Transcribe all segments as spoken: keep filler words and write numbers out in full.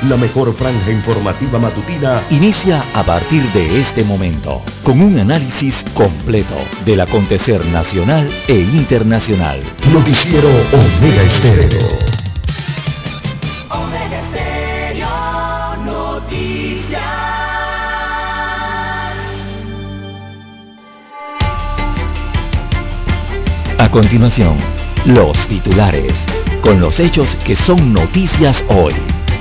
La mejor franja informativa matutina inicia a partir de este momento con un análisis completo del acontecer nacional e internacional. Noticiero Omega Estéreo. Omega Estéreo Noticias. A continuación, los titulares, con los hechos que son noticias hoy.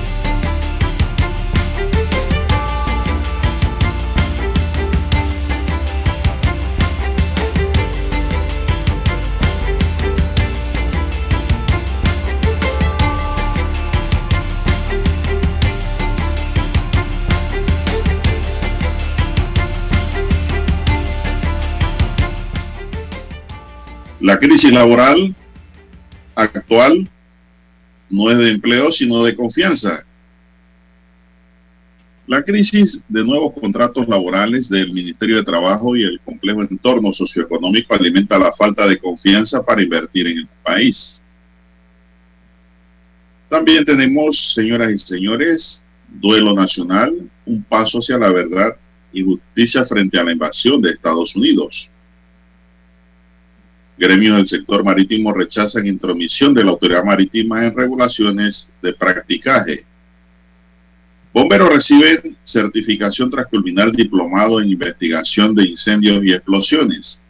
La crisis laboral actual no es de empleo, sino de confianza. La crisis de nuevos contratos laborales del Ministerio de Trabajo y el complejo entorno socioeconómico alimenta la falta de confianza para invertir en el país. También tenemos, señoras y señores, duelo nacional, un paso hacia la verdad y justicia frente a la invasión de Estados Unidos. Gremios del sector marítimo rechazan intromisión de la autoridad marítima en regulaciones de practicaje. Bomberos reciben certificación tras culminar diplomado en investigación de incendios y explosiones.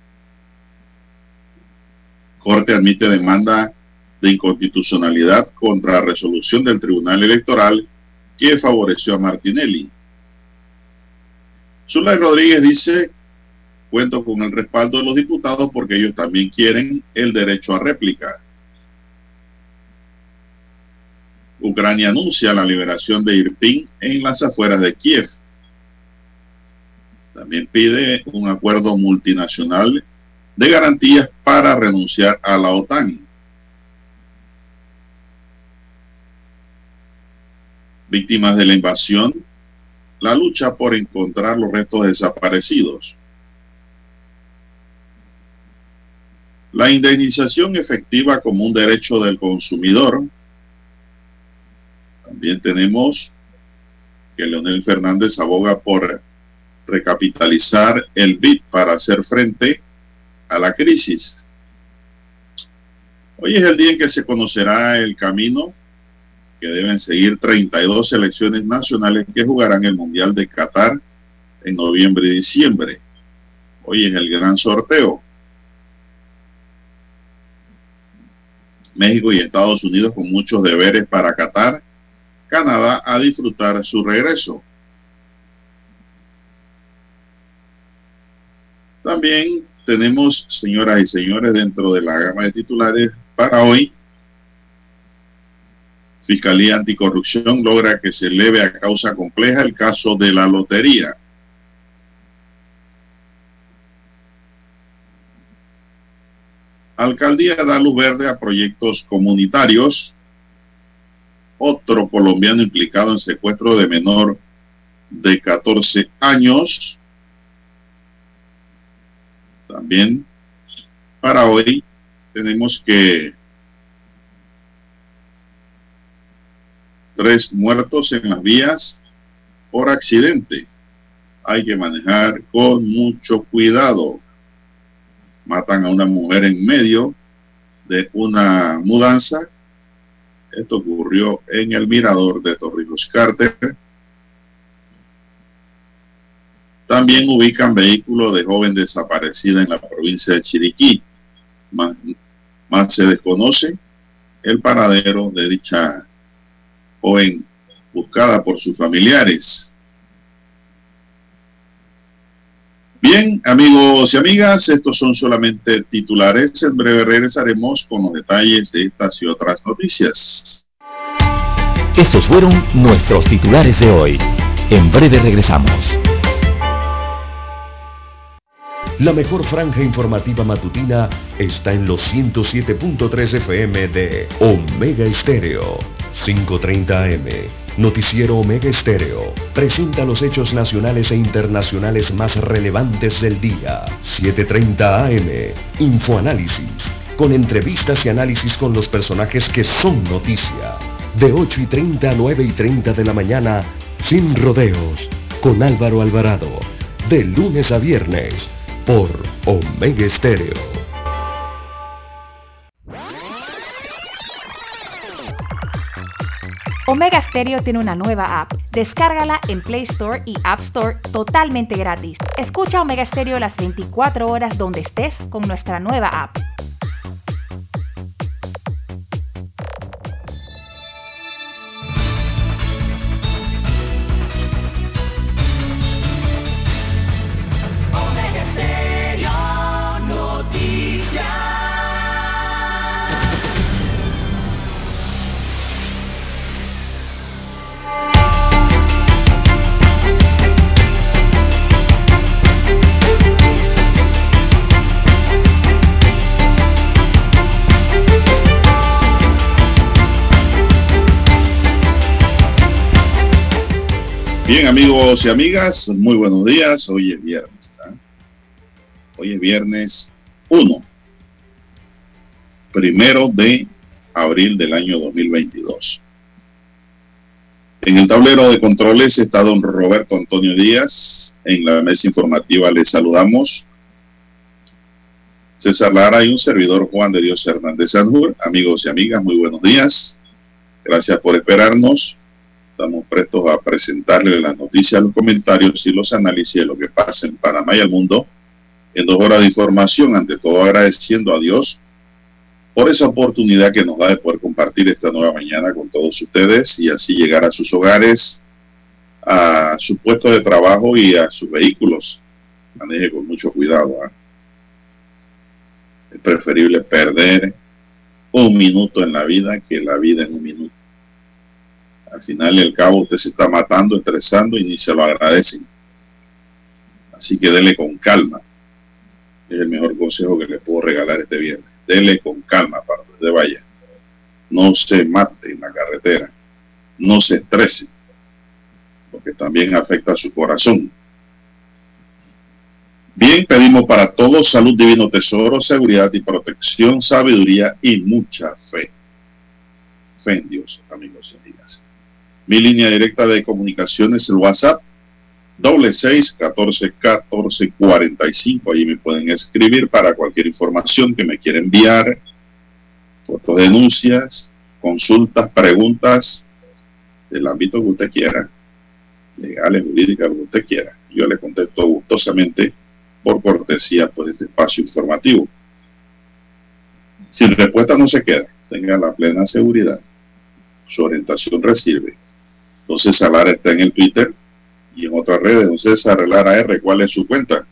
Corte admite demanda de inconstitucionalidad contra resolución del Tribunal Electoral que favoreció a Martinelli. Zulay Rodríguez dice: cuento con el respaldo de los diputados porque ellos también quieren el derecho a réplica. Ucrania anuncia la liberación de Irpin en las afueras de Kiev. También pide un acuerdo multinacional de garantías para renunciar a la OTAN. Víctimas de la invasión, la lucha por encontrar los restos desaparecidos. La indemnización efectiva como un derecho del consumidor. También tenemos que Leonel Fernández aboga por recapitalizar el B I D para hacer frente a la crisis. Hoy es el día en que se conocerá el camino que deben seguir treinta y dos selecciones nacionales que jugarán el Mundial de Qatar en noviembre y diciembre. Hoy es el gran sorteo. México y Estados Unidos con muchos deberes para Qatar. Canadá a disfrutar su regreso. También tenemos, señoras y señores, dentro de la gama de titulares para hoy: Fiscalía Anticorrupción logra que se eleve a causa compleja el caso de la lotería. Alcaldía da luz verde a proyectos comunitarios. Otro colombiano implicado en secuestro de menor de catorce años. También para hoy tenemos que tres muertos en las vías por accidente. Hay que manejar con mucho cuidado. Matan a una mujer en medio de una mudanza. Esto ocurrió en el mirador de Torrijos Carter. También ubican vehículo de joven desaparecida en la provincia de Chiriquí. Más, más se desconoce el paradero de dicha joven buscada por sus familiares. Bien, amigos y amigas, estos son solamente titulares. En breve regresaremos con los detalles de estas y otras noticias. Estos fueron nuestros titulares de hoy. En breve regresamos. La mejor franja informativa matutina está en los ciento siete punto tres F M de Omega Estéreo. cinco treinta A M. Noticiero Omega Estéreo presenta los hechos nacionales e internacionales más relevantes del día. siete treinta A M. Infoanálisis, con entrevistas y análisis con los personajes que son noticia. de ocho y treinta a nueve y treinta de la mañana, Sin Rodeos, con Álvaro Alvarado, de lunes a viernes, por Omega Estéreo. Omega Stereo tiene una nueva app. Descárgala en Play Store y App Store totalmente gratis. Escucha Omega Stereo las veinticuatro horas donde estés con nuestra nueva app. Omega Stereo Noticias. Bien, amigos y amigas, muy buenos días. Hoy es viernes. ¿eh? Hoy es viernes uno, primero de abril del año dos mil veintidós. En el tablero de controles está don Roberto Antonio Díaz. En la mesa informativa les saludamos César Lara y un servidor Juan de Dios Hernández Sanjur. Amigos y amigas, muy buenos días. Gracias por esperarnos. Estamos prestos a presentarles las noticias, los comentarios y los análisis de lo que pasa en Panamá y el mundo en dos horas de información, ante todo agradeciendo a Dios por esa oportunidad que nos da de poder compartir esta nueva mañana con todos ustedes y así llegar a sus hogares, a su puesto de trabajo y a sus vehículos. Maneje con mucho cuidado. ¿eh? Es preferible perder un minuto en la vida que la vida en un minuto. Al final y al cabo usted se está matando, estresando y ni se lo agradecen. Así que dele con calma. Es el mejor consejo que le puedo regalar este viernes. Dele con calma para donde vaya. No se mate en la carretera. No se estrese. Porque también afecta a su corazón. Bien, pedimos para todos salud, divino tesoro, seguridad y protección, sabiduría y mucha fe. Fe en Dios, amigos y amigas. Mi línea directa de comunicación es el WhatsApp, doble seis, catorce, catorce, cuarenta y cinco. Allí me pueden escribir para cualquier información que me quiera enviar, fotos, denuncias, consultas, preguntas, del ámbito que usted quiera, legales, jurídicas, lo que usted quiera. Yo le contesto gustosamente por cortesía por este espacio informativo. Sin respuesta no se queda, tenga la plena seguridad. Su orientación recibe. Don César Lara está en el Twitter y en otras redes. Don César Lara R, ¿cuál es su cuenta?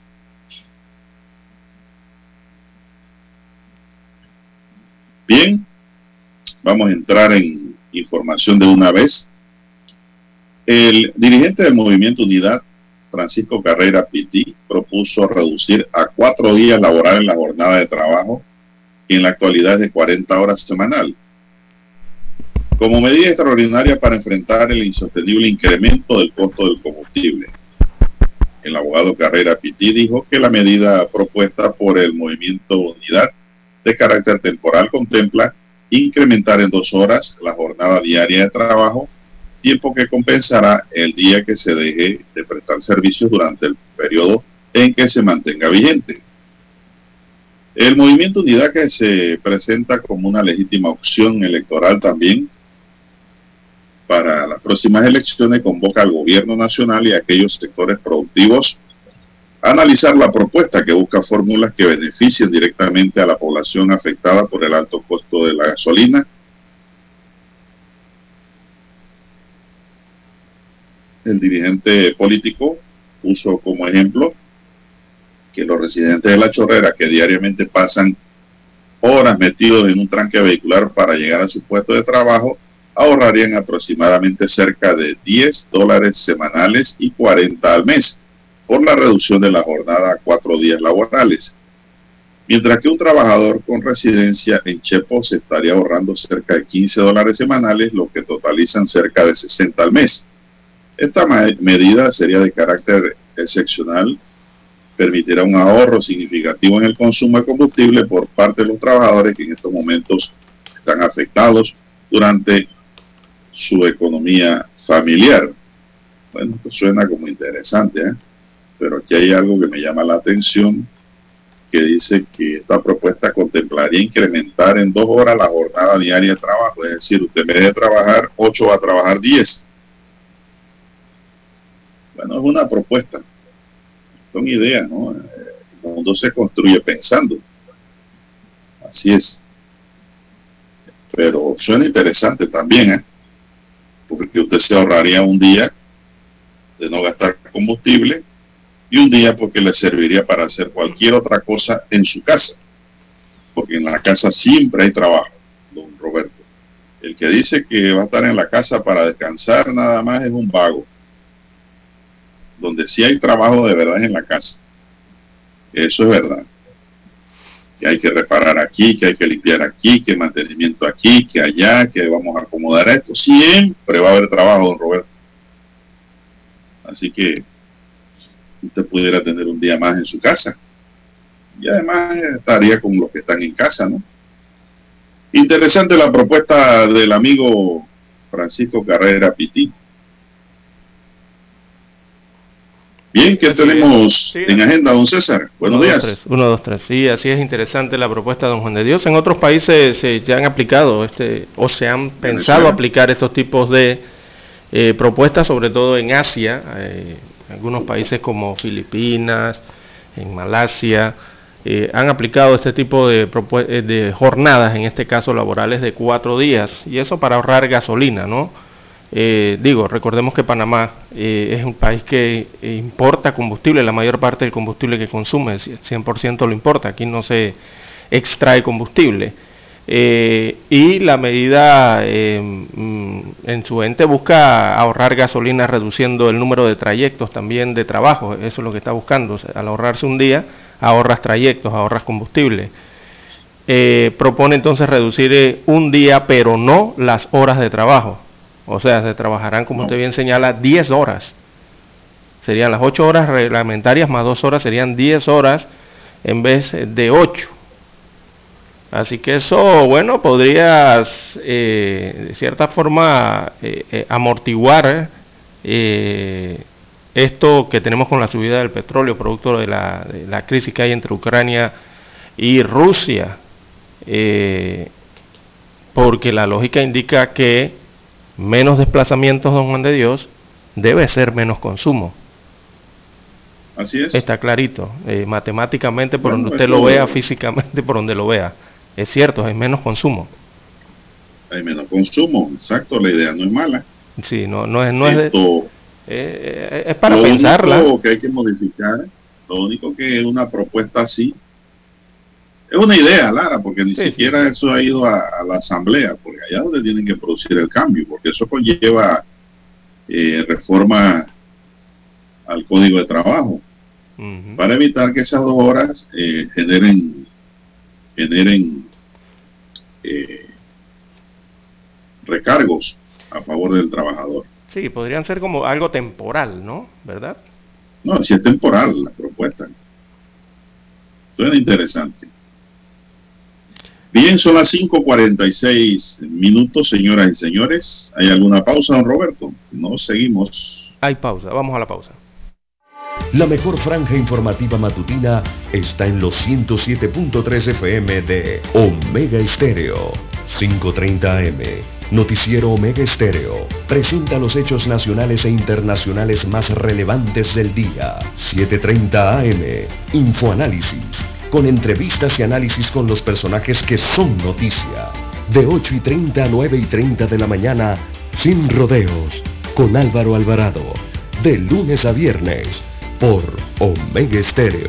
Bien, vamos a entrar en información de una vez. El dirigente del Movimiento Unidad, Francisco Carrera Piti, propuso reducir a cuatro días laborales la jornada de trabajo, que en la actualidad es de cuarenta horas semanal, como medida extraordinaria para enfrentar el insostenible incremento del costo del combustible. El abogado Carrera Piti dijo que la medida propuesta por el Movimiento Unidad de carácter temporal contempla incrementar en dos horas la jornada diaria de trabajo, tiempo que compensará el día que se deje de prestar servicios durante el periodo en que se mantenga vigente. El Movimiento Unidad, que se presenta como una legítima opción electoral también para las próximas elecciones, convoca al gobierno nacional y a aquellos sectores productivos a analizar la propuesta que busca fórmulas que beneficien directamente a la población afectada por el alto costo de la gasolina. El dirigente político puso como ejemplo que los residentes de La Chorrera, que diariamente pasan horas metidos en un tranque vehicular para llegar a su puesto de trabajo, ahorrarían aproximadamente cerca de diez dólares semanales y cuarenta al mes por la reducción de la jornada a cuatro días laborales. Mientras que un trabajador con residencia en Chepo se estaría ahorrando cerca de quince dólares semanales, lo que totalizan cerca de sesenta al mes. Esta medida sería de carácter excepcional, permitirá un ahorro significativo en el consumo de combustible por parte de los trabajadores que en estos momentos están afectados durante su economía familiar. Bueno, esto suena como interesante, ¿eh? Pero aquí hay algo que me llama la atención, que dice que esta propuesta contemplaría incrementar en dos horas la jornada diaria de trabajo. Es decir, usted en vez de trabajar ocho va a trabajar diez. Bueno, es una propuesta, son ideas, ¿no? El mundo se construye pensando. Así es. Pero suena interesante también, ¿eh? Porque usted se ahorraría un día de no gastar combustible y un día porque le serviría para hacer cualquier otra cosa en su casa. Porque en la casa siempre hay trabajo, don Roberto. El que dice que va a estar en la casa para descansar nada más es un vago. Donde sí hay trabajo de verdad es en la casa. Eso es verdad. Que hay que reparar aquí, que hay que limpiar aquí, que mantenimiento aquí, que allá, que vamos a acomodar esto. Siempre va a haber trabajo, don Roberto. Así que usted pudiera tener un día más en su casa. Y además estaría con los que están en casa, ¿no? Interesante la propuesta del amigo Francisco Carrera Pití. Bien, ¿qué así tenemos sí, en agenda, don César? Buenos uno, días. Dos, uno, dos, tres. Sí, así es interesante la propuesta de don Juan de Dios. En otros países eh, ya han aplicado este o se han pensado aplicar estos tipos de eh, propuestas, sobre todo en Asia, eh, algunos países como Filipinas, en Malasia, eh, han aplicado este tipo de, de jornadas, en este caso laborales, de cuatro días, y eso para ahorrar gasolina, ¿no? Eh, digo, recordemos que Panamá eh, es un país que eh, importa combustible, la mayor parte del combustible que consume, el cien por ciento lo importa, aquí no se extrae combustible. Eh, y la medida eh, en su ente busca ahorrar gasolina reduciendo el número de trayectos también de trabajo, eso es lo que está buscando, o sea, al ahorrarse un día, ahorras trayectos, ahorras combustible. Eh, propone entonces reducir eh, un día, pero no las horas de trabajo. O sea, se trabajarán, como no. usted bien señala, diez horas. Serían las ocho horas reglamentarias más dos horas, serían diez horas en vez de ocho. Así que eso, bueno, podrías eh, de cierta forma eh, eh, amortiguar eh, esto que tenemos con la subida del petróleo, producto de la, de la crisis que hay entre Ucrania y Rusia. Eh, porque la lógica indica que menos desplazamientos, don Juan de Dios, debe ser menos consumo. Así es. Está clarito, eh, matemáticamente por bueno, donde usted lo vea, físicamente por donde lo vea. Es cierto, hay menos consumo. Hay menos consumo, exacto, la idea no es mala. Sí, no, no es, no Esto, es de, eh, es para lo pensarla. Lo único que hay que modificar, lo único que una propuesta así, es una idea, Lara, porque ni sí, siquiera sí. eso ha ido a, a la asamblea, porque allá es donde tienen que producir el cambio, porque eso conlleva eh, reforma al Código de Trabajo, uh-huh. para evitar que esas dos horas eh, generen generen eh, recargos a favor del trabajador. Sí, podrían ser como algo temporal, ¿no? ¿Verdad? No, si es temporal la propuesta. Suena interesante. Bien, son las cinco cuarenta y seis minutos, señoras y señores. ¿Hay alguna pausa, don Roberto? No, seguimos. Hay pausa, vamos a la pausa. La mejor franja informativa matutina está en los ciento siete punto tres F M de Omega Estéreo. cinco treinta A M. Noticiero Omega Estéreo presenta los hechos nacionales e internacionales más relevantes del día. siete treinta A M. Infoanálisis, con entrevistas y análisis con los personajes que son noticia. De ocho y treinta a nueve y treinta de la mañana, Sin Rodeos, con Álvaro Alvarado. De lunes a viernes, por Omega Estéreo.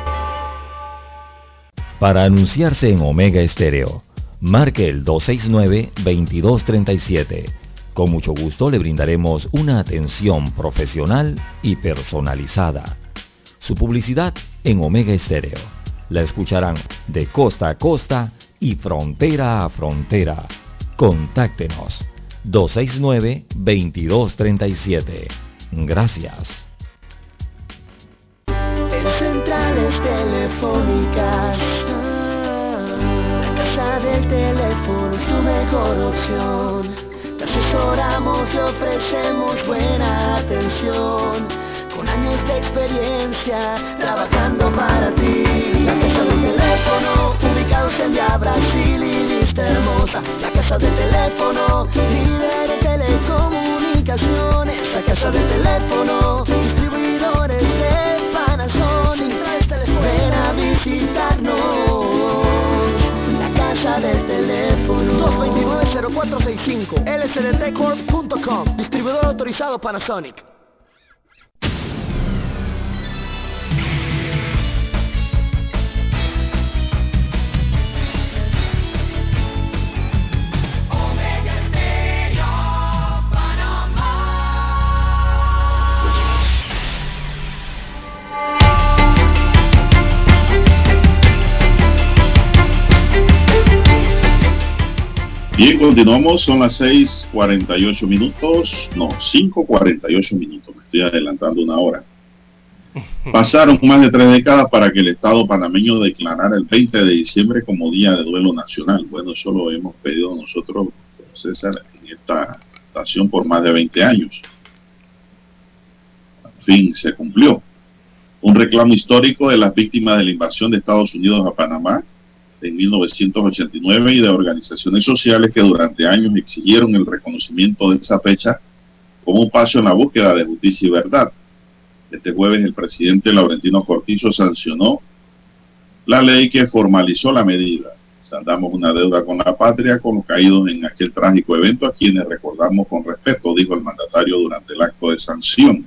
Para anunciarse en Omega Estéreo, marque el dos seis nueve, veintidós treinta y siete. Con mucho gusto le brindaremos una atención profesional y personalizada. Su publicidad en Omega Estéreo. La escucharán de costa a costa y frontera a frontera. Contáctenos dos seis nueve, veintidós treinta y siete. Gracias. Centrales telefónicas, la casa del teléfono es tu mejor opción. Te asesoramos y ofrecemos buena atención. Con años de experiencia, trabajando para ti. La Casa del Teléfono, ubicados en Vía Brasil y Lista Hermosa. La Casa del Teléfono, líder en telecomunicaciones. La Casa del Teléfono, distribuidores de Panasonic. Ven a visitarnos. La Casa del Teléfono, dos dos nueve, cero cuatro seis cinco, L S D T corp punto com. Distribuidor autorizado Panasonic. Bien, continuamos, son las seis cuarenta y ocho minutos, no, cinco cuarenta y ocho minutos, me estoy adelantando una hora. Pasaron más de tres décadas para que el Estado panameño declarara el veinte de diciembre como Día de Duelo Nacional. Bueno, eso lo hemos pedido nosotros, César, en esta estación por más de veinte años. Al fin se cumplió. Un reclamo histórico de las víctimas de la invasión de Estados Unidos a Panamá en mil novecientos ochenta y nueve y de organizaciones sociales que durante años exigieron el reconocimiento de esa fecha como un paso en la búsqueda de justicia y verdad. Este jueves el presidente Laurentino Cortizo sancionó la ley que formalizó la medida. Saldamos una deuda con la patria, con los caídos en aquel trágico evento, a quienes recordamos con respeto, dijo el mandatario durante el acto de sanción.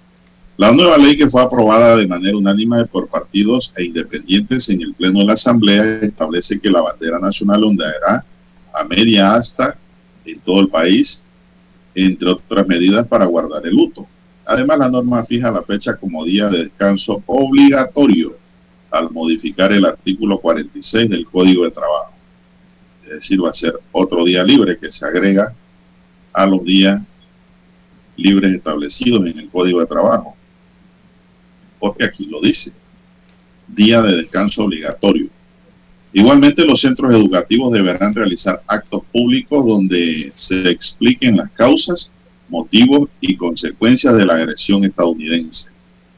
La nueva ley, que fue aprobada de manera unánime por partidos e independientes en el Pleno de la Asamblea, establece que la bandera nacional ondeará a media asta en todo el país, entre otras medidas para guardar el luto. Además, la norma fija la fecha como día de descanso obligatorio al modificar el artículo cuarenta y seis del Código de Trabajo. Es decir, va a ser otro día libre que se agrega a los días libres establecidos en el Código de Trabajo. Porque aquí lo dice, día de descanso obligatorio. Igualmente, los centros educativos deberán realizar actos públicos donde se expliquen las causas, motivos y consecuencias de la agresión estadounidense.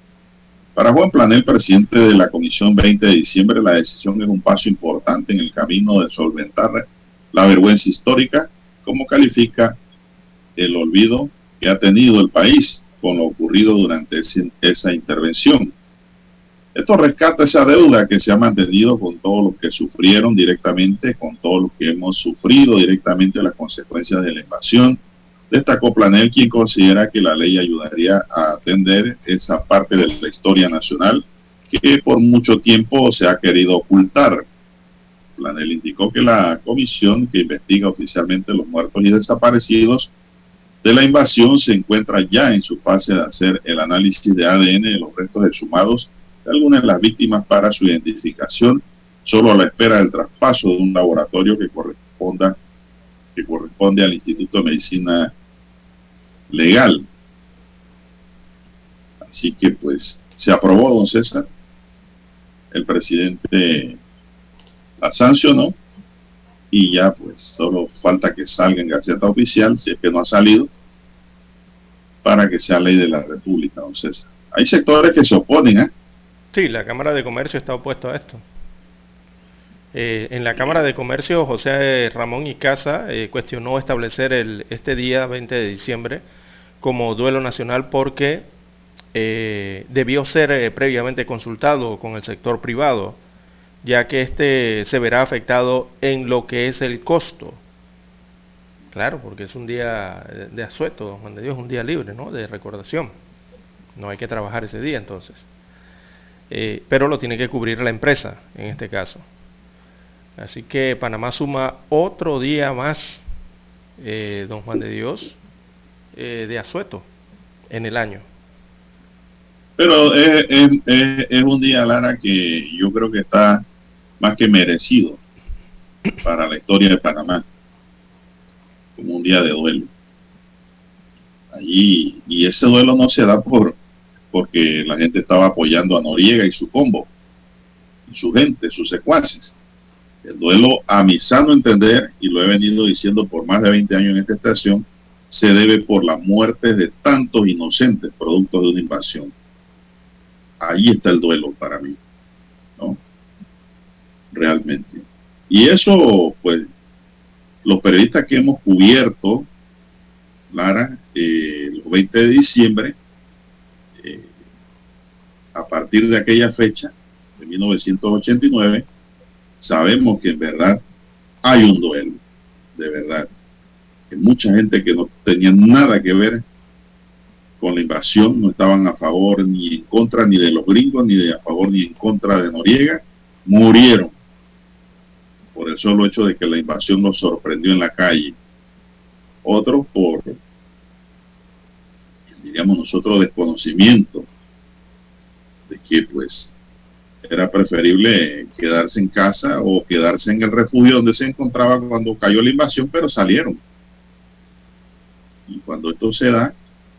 Para Juan Planel, presidente de la Comisión veinte de diciembre, la decisión es un paso importante en el camino de solventar la vergüenza histórica, como califica el olvido que ha tenido el país con lo ocurrido durante ese, esa intervención. Esto rescata esa deuda que se ha mantenido con todos los que sufrieron directamente, con todos los que hemos sufrido directamente las consecuencias de la invasión. Destacó Planel, quien considera que la ley ayudaría a atender esa parte de la historia nacional que por mucho tiempo se ha querido ocultar. Planel indicó que la comisión que investiga oficialmente los muertos y desaparecidos de la invasión se encuentra ya en su fase de hacer el análisis de A D N de los restos exhumados de algunas de las víctimas para su identificación, solo a la espera del traspaso de un laboratorio que corresponda que corresponde al Instituto de Medicina Legal. Así que pues se aprobó, don César. El presidente la sancionó y ya pues solo falta que salga en Gaceta Oficial, si es que no ha salido, para que sea ley de la República, don César. Hay sectores que se oponen, ¿eh? Sí, la Cámara de Comercio está opuesto a esto. Eh, en la Cámara de Comercio, José Ramón Icaza eh, cuestionó establecer el, este día veinte de diciembre como duelo nacional porque eh, debió ser eh, previamente consultado con el sector privado, ya que este se verá afectado en lo que es el costo. Claro, porque es un día de asueto, Juan de Dios, un día libre, ¿no? De recordación. No hay que trabajar ese día entonces. Eh, pero lo tiene que cubrir la empresa, en este caso. Así que Panamá suma otro día más, eh, don Juan de Dios, eh, de asueto en el año. Pero es, es, es, es un día, Lara, que yo creo que está más que merecido para la historia de Panamá, como un día de duelo. Allí, y ese duelo no se da por porque la gente estaba apoyando a Noriega y su combo, y su gente, sus secuaces. El duelo, a mi sano entender, y lo he venido diciendo por más de veinte años en esta estación, se debe por la muerte de tantos inocentes producto de una invasión. Ahí está el duelo para mí, ¿no? Realmente. Y eso, pues, los periodistas que hemos cubierto, Lara, eh, los veinte de diciembre, eh, a partir de aquella fecha, de mil novecientos ochenta y nueve, sabemos que en verdad hay un duelo, de verdad. Que mucha gente que no tenía nada que ver con la invasión, no estaban a favor ni en contra ni de los gringos, ni de a favor ni en contra de Noriega, murieron por el solo hecho de que la invasión los sorprendió en la calle. Otros por, diríamos nosotros, desconocimiento de que pues era preferible quedarse en casa o quedarse en el refugio donde se encontraba cuando cayó la invasión, pero salieron. Y cuando esto se da,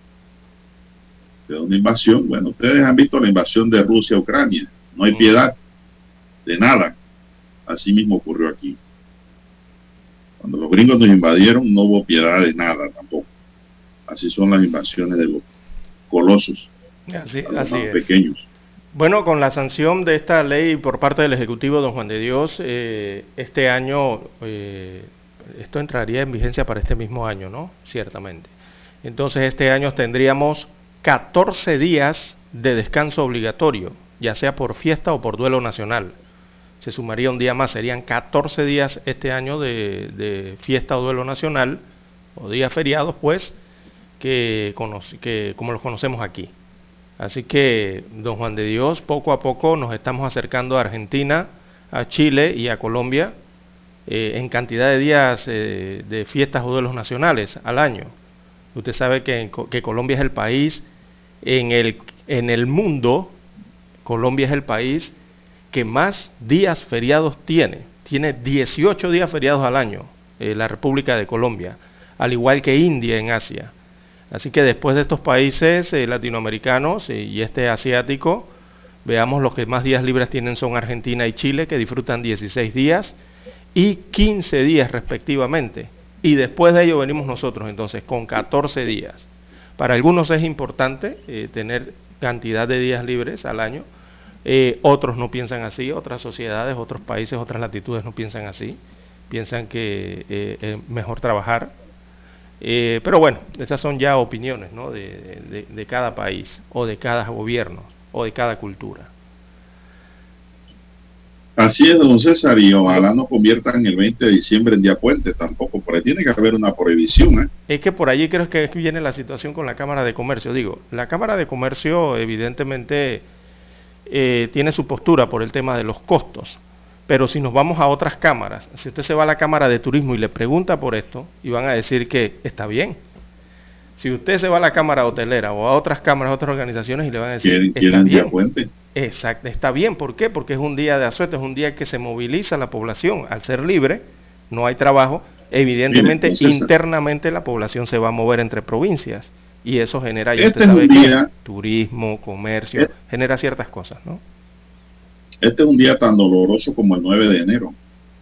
se da una invasión, bueno, ustedes han visto la invasión de Rusia a Ucrania, no hay piedad de nada. Así mismo ocurrió aquí. Cuando los gringos nos invadieron, no hubo piedad de nada tampoco. Así son las invasiones de los colosos, así, a los así más es. pequeños. Bueno, con la sanción de esta ley por parte del Ejecutivo, don Juan de Dios, eh, este año, eh, esto entraría en vigencia para este mismo año, ¿no? Ciertamente. Entonces, este año tendríamos catorce días de descanso obligatorio, ya sea por fiesta o por duelo nacional. Se sumaría un día más, serían catorce días este año de, de fiesta o duelo nacional, o días feriados, pues, que, conoce, que como los conocemos aquí. Así que, don Juan de Dios, poco a poco nos estamos acercando a Argentina, a Chile y a Colombia eh, en cantidad de días eh, de fiestas o duelos nacionales al año. Usted sabe que, en, que Colombia es el país, en el, en el mundo, Colombia es el país que más días feriados tiene. Tiene dieciocho días feriados al año, eh, la República de Colombia, al igual que India en Asia. Así que después de estos países eh, latinoamericanos eh, y este asiático, veamos los que más días libres tienen son Argentina y Chile, que disfrutan dieciséis días y quince días respectivamente. Y después de ello venimos nosotros entonces con catorce días. Para algunos es importante eh, tener cantidad de días libres al año. Eh, otros no piensan así, otras sociedades, otros países, otras latitudes no piensan así. Piensan que eh, es mejor trabajar. Eh, pero bueno, esas son ya opiniones, ¿no? de, de, de cada país, o de cada gobierno, o de cada cultura. Así es, don César, y ojalá no conviertan el veinte de diciembre en día puente tampoco, por ahí tiene que haber una prohibición. ¿eh? Es que por allí creo que viene la situación con la Cámara de Comercio. Digo, la Cámara de Comercio evidentemente eh, tiene su postura por el tema de los costos, pero si nos vamos a otras cámaras, si usted se va a la Cámara de Turismo y le pregunta por esto, y van a decir que está bien. Si usted se va a la Cámara Hotelera o a otras cámaras, a otras organizaciones y le van a decir, ¿Quieren, está quieren bien. día puente? Exacto, está bien. ¿Por qué? Porque es un día de asueto, es un día que se moviliza la población. Al ser libre, no hay trabajo, evidentemente Mire, entonces, internamente la población se va a mover entre provincias y eso genera, ya este usted sabe es un que día, turismo, comercio, este, genera ciertas cosas, ¿no? Este es un día tan doloroso como el nueve de enero.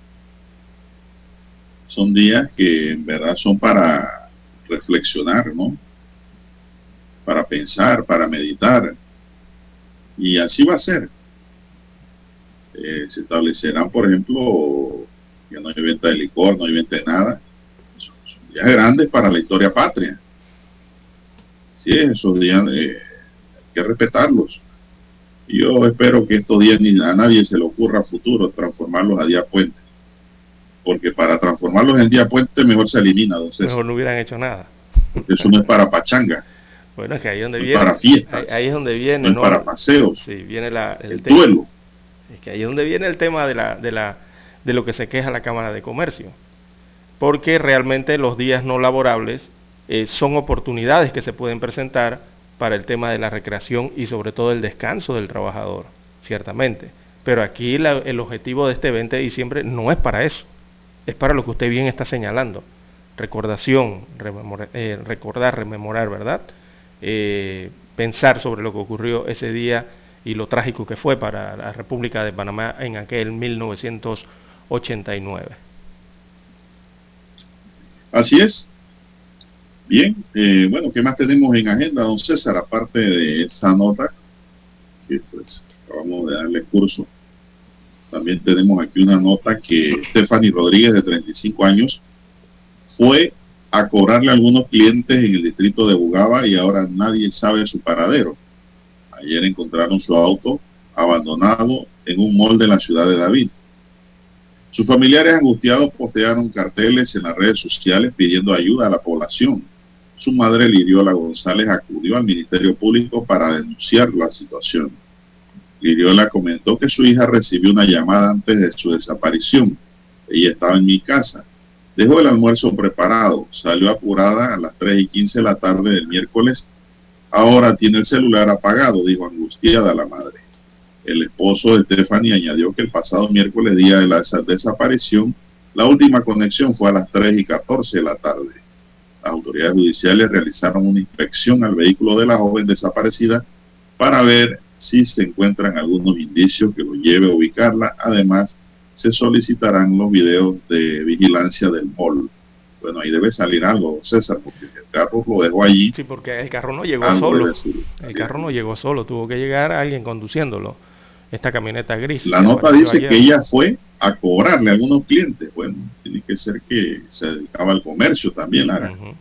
Son días que en verdad son para reflexionar, ¿no? Para pensar, para meditar. Y así va a ser. Eh, se establecerán, por ejemplo, que no hay venta de licor, no hay venta de nada. Son, son días grandes para la historia patria. Sí, esos días eh, hay que respetarlos. Y yo espero que estos días ni a nadie se le ocurra a futuro transformarlos a día puente. Porque para transformarlos en día puente mejor se elimina, entonces. Mejor no hubieran hecho nada. Porque eso no es para pachanga. Bueno, es que ahí es donde no viene. Es para fiestas. Ahí, ahí es donde viene, no es ¿no? para paseos. Sí, viene la, el, el tema. duelo. Es que ahí es donde viene el tema de la, de la, de lo que se queja la Cámara de Comercio. Porque realmente los días no laborables eh, son oportunidades que se pueden presentar para el tema de la recreación y sobre todo el descanso del trabajador, ciertamente. Pero aquí la, el objetivo de este veinte de diciembre no es para eso, es para lo que usted bien está señalando. Recordación, rememora, eh, recordar, rememorar, ¿verdad? Eh, pensar sobre lo que ocurrió ese día y lo trágico que fue para la República de Panamá en aquel mil novecientos ochenta y nueve. Así es. Bien, eh, bueno, ¿qué más tenemos en agenda, don César? Aparte de esa nota, que pues acabamos de darle curso, también tenemos aquí una nota que Stephanie Rodríguez, de treinta y cinco años, fue a cobrarle a algunos clientes en el distrito de Bugaba y ahora nadie sabe su paradero. Ayer encontraron su auto abandonado en un mall de la ciudad de David. Sus familiares angustiados postearon carteles en las redes sociales pidiendo ayuda a la población. Su madre, Liriola González, acudió al Ministerio Público para denunciar la situación. Liriola comentó que su hija recibió una llamada antes de su desaparición. Ella estaba en mi casa. Dejó el almuerzo preparado. Salió apurada a las tres y quince de la tarde del miércoles. Ahora tiene el celular apagado, dijo angustiada la madre. El esposo de Stephanie añadió que el pasado miércoles, día de la desaparición, la última conexión fue a las tres y catorce de la tarde. Las autoridades judiciales realizaron una inspección al vehículo de la joven desaparecida para ver si se encuentran algunos indicios que lo lleve a ubicarla. Además, se solicitarán los videos de vigilancia del mall. Bueno, ahí debe salir algo, César, porque si el carro lo dejó allí... Sí, porque el carro no llegó solo. El carro no llegó solo, tuvo que llegar alguien conduciéndolo. Esta camioneta gris. La nota dice que ella fue a cobrarle a algunos clientes. Bueno, tiene que ser que se dedicaba al comercio también, Lara. Uh-huh.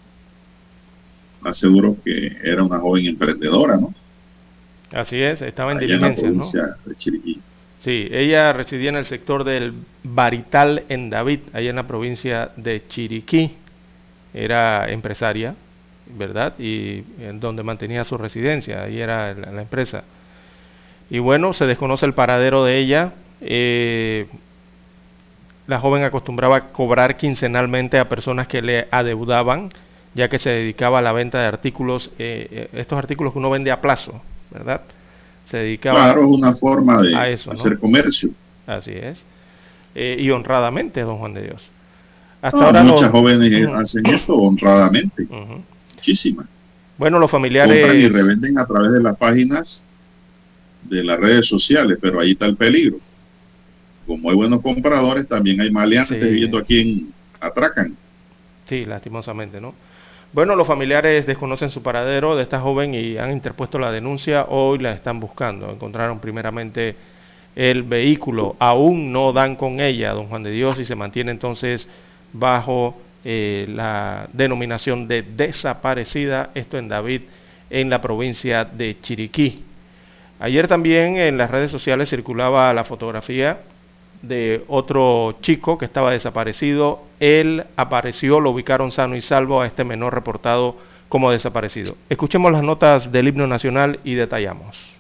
Aseguro que era una joven emprendedora, ¿no? Así es, estaba en diligencia, ¿no? De Chiriquí. Sí, ella residía en el sector del Barital en David, allá en la provincia de Chiriquí. Era empresaria, ¿verdad? Y en donde mantenía su residencia, ahí era la, la empresa. Y bueno, se desconoce el paradero de ella. Eh, la joven acostumbraba a cobrar quincenalmente a personas que le adeudaban, ya que se dedicaba a la venta de artículos, eh, estos artículos que uno vende a plazo, ¿verdad? Se dedicaba claro, es una forma de a eso, hacer ¿no? comercio. Así es. Eh, y honradamente, don Juan de Dios. Hasta no, ahora muchas lo... jóvenes uh-huh. hacen esto honradamente. Uh-huh. Muchísimas. Bueno, los familiares... compran y revenden a través de las páginas de las redes sociales, pero ahí está el peligro. Como hay buenos compradores, también hay maleantes sí. viendo a quién atracan. Sí, lastimosamente, ¿no? Bueno, los familiares desconocen su paradero de esta joven y han interpuesto la denuncia. Hoy la están buscando. Encontraron primeramente el vehículo. Aún no dan con ella, don Juan de Dios, y se mantiene entonces bajo eh, la denominación de desaparecida. Esto en David, en la provincia de Chiriquí. Ayer también en las redes sociales circulaba la fotografía de otro chico que estaba desaparecido. Él apareció, lo ubicaron sano y salvo a este menor reportado como desaparecido. Escuchemos las notas del himno nacional y detallamos.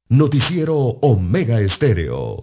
Noticiero Omega Estéreo.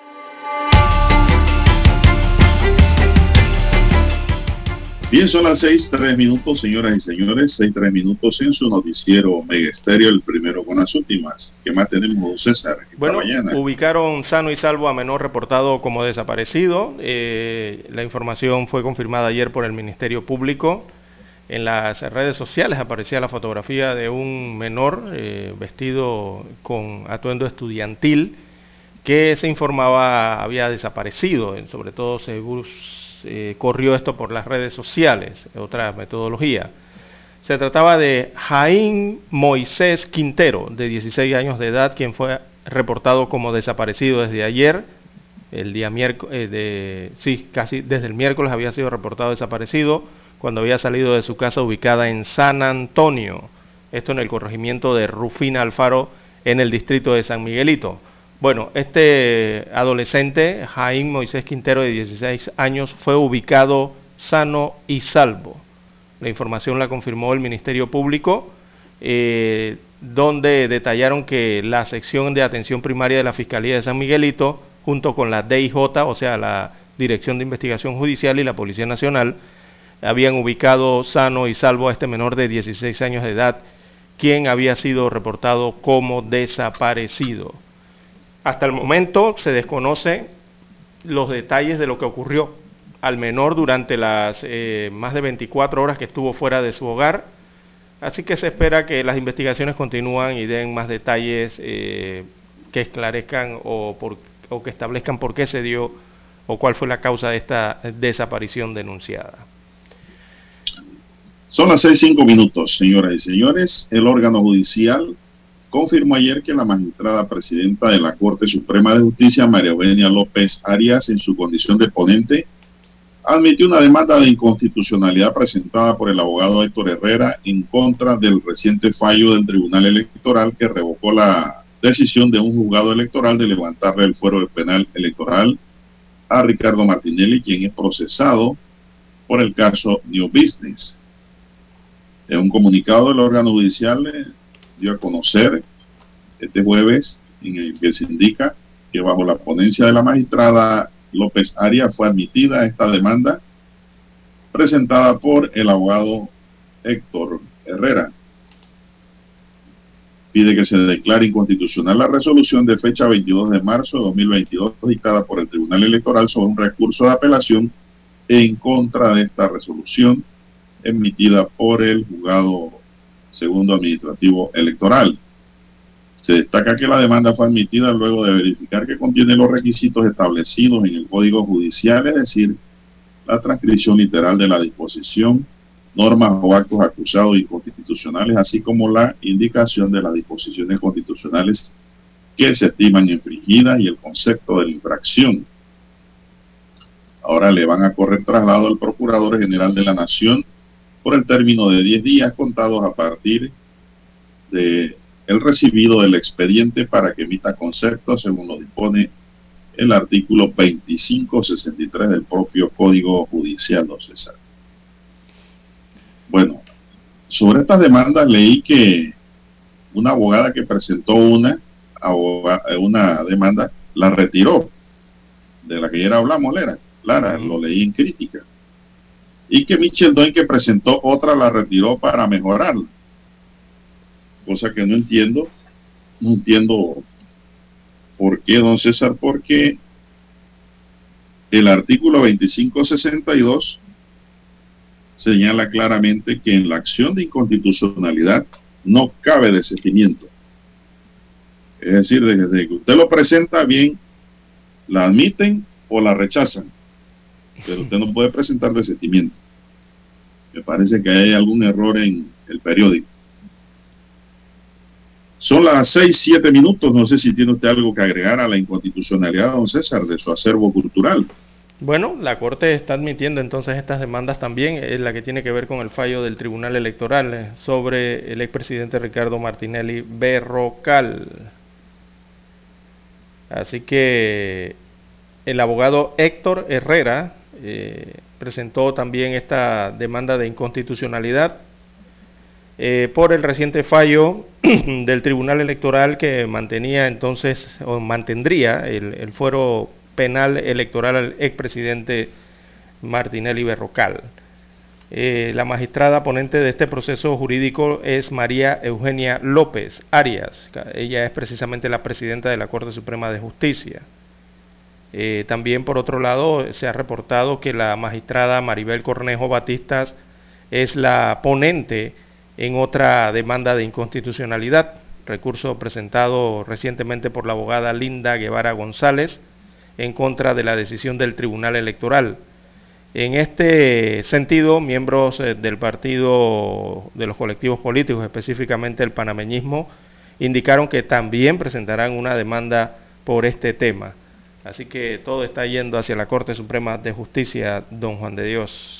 Bien, son las seis, tres minutos, señoras y señores, seis, tres minutos en su noticiero Omega Estéreo, el primero con las últimas. ¿Qué más tenemos, César, esta bueno, mañana? Ubicaron sano y salvo a menor reportado como desaparecido. Eh, la información fue confirmada ayer por el Ministerio Público. En las redes sociales aparecía la fotografía de un menor eh, vestido con atuendo estudiantil que se informaba había desaparecido. Sobre todo se eh, corrió esto por las redes sociales, otra metodología. Se trataba de Jaín Moisés Quintero, de dieciséis años de edad, quien fue reportado como desaparecido desde ayer. El día miércoles, eh, de, sí, casi desde el miércoles había sido reportado desaparecido cuando había salido de su casa ubicada en San Antonio, esto en el corregimiento de Rufina Alfaro, en el distrito de San Miguelito. Bueno, este adolescente, Jaín Moisés Quintero, de dieciséis años, fue ubicado sano y salvo. La información la confirmó el Ministerio Público, eh, donde detallaron que la sección de atención primaria de la Fiscalía de San Miguelito, junto con la D I J, o sea, la Dirección de Investigación Judicial y la Policía Nacional, habían ubicado sano y salvo a este menor de dieciséis años de edad, quien había sido reportado como desaparecido. Hasta el momento se desconoce los detalles de lo que ocurrió al menor durante las eh, más de veinticuatro horas que estuvo fuera de su hogar, así que se espera que las investigaciones continúen y den más detalles eh, que esclarezcan o, por, o que establezcan por qué se dio o cuál fue la causa de esta desaparición denunciada. Son las seis, cinco minutos, señoras y señores. El órgano judicial confirmó ayer que la magistrada presidenta de la Corte Suprema de Justicia, María Eugenia López Arias, en su condición de ponente, admitió una demanda de inconstitucionalidad presentada por el abogado Héctor Herrera en contra del reciente fallo del Tribunal Electoral que revocó la decisión de un juzgado electoral de levantarle el fuero penal electoral a Ricardo Martinelli, quien es procesado por el caso New Business. En un comunicado, el órgano judicial eh, dio a conocer este jueves en el que se indica que bajo la ponencia de la magistrada López Arias fue admitida esta demanda presentada por el abogado Héctor Herrera. Pide que se declare inconstitucional la resolución de fecha veintidós de marzo de dos mil veintidós dictada por el Tribunal Electoral sobre un recurso de apelación en contra de esta resolución emitida por el juzgado segundo administrativo electoral. Se destaca que la demanda fue admitida luego de verificar que contiene los requisitos establecidos en el Código Judicial, es decir, la transcripción literal de la disposición, normas o actos acusados inconstitucionales, así como la indicación de las disposiciones constitucionales que se estiman infringidas y el concepto de la infracción. Ahora le van a correr traslado al Procurador General de la Nación por el término de diez días contados a partir de el recibido del expediente para que emita conceptos según lo dispone el artículo veinticinco sesenta y tres del propio Código Judicial, don César. Bueno, sobre estas demandas leí que una abogada que presentó una, abogada, una demanda la retiró, de la que ayer hablamos, Lara, Lara, lo leí en crítica. Y que Michel Doin, que presentó otra, la retiró para mejorarla. Cosa que no entiendo, no entiendo por qué, don César, porque el artículo veinticinco sesenta y dos señala claramente que en la acción de inconstitucionalidad no cabe desistimiento. Es decir, desde que usted lo presenta, bien, la admiten o la rechazan, pero usted no puede presentar desistimiento. Me parece que hay algún error en el periódico. Son las seis, siete minutos. No sé si tiene usted algo que agregar a la inconstitucionalidad, don César, de su acervo cultural. Bueno, la Corte está admitiendo entonces estas demandas también, es la que tiene que ver con el fallo del Tribunal Electoral sobre el expresidente Ricardo Martinelli Berrocal. Así que el abogado Héctor Herrera eh, presentó también esta demanda de inconstitucionalidad eh, por el reciente fallo del Tribunal Electoral que mantenía entonces, o mantendría el, el fuero penal electoral al expresidente Martinelli Berrocal. Eh, la magistrada ponente de este proceso jurídico es María Eugenia López Arias. Ella es precisamente la presidenta de la Corte Suprema de Justicia. Eh, también, por otro lado, se ha reportado que la magistrada Maribel Cornejo Batistas es la ponente en otra demanda de inconstitucionalidad, recurso presentado recientemente por la abogada Linda Guevara González en contra de la decisión del Tribunal Electoral. En este sentido, miembros del partido de los colectivos políticos, específicamente el panameñismo, indicaron que también presentarán una demanda por este tema. Así que todo está yendo hacia la Corte Suprema de Justicia, don Juan de Dios.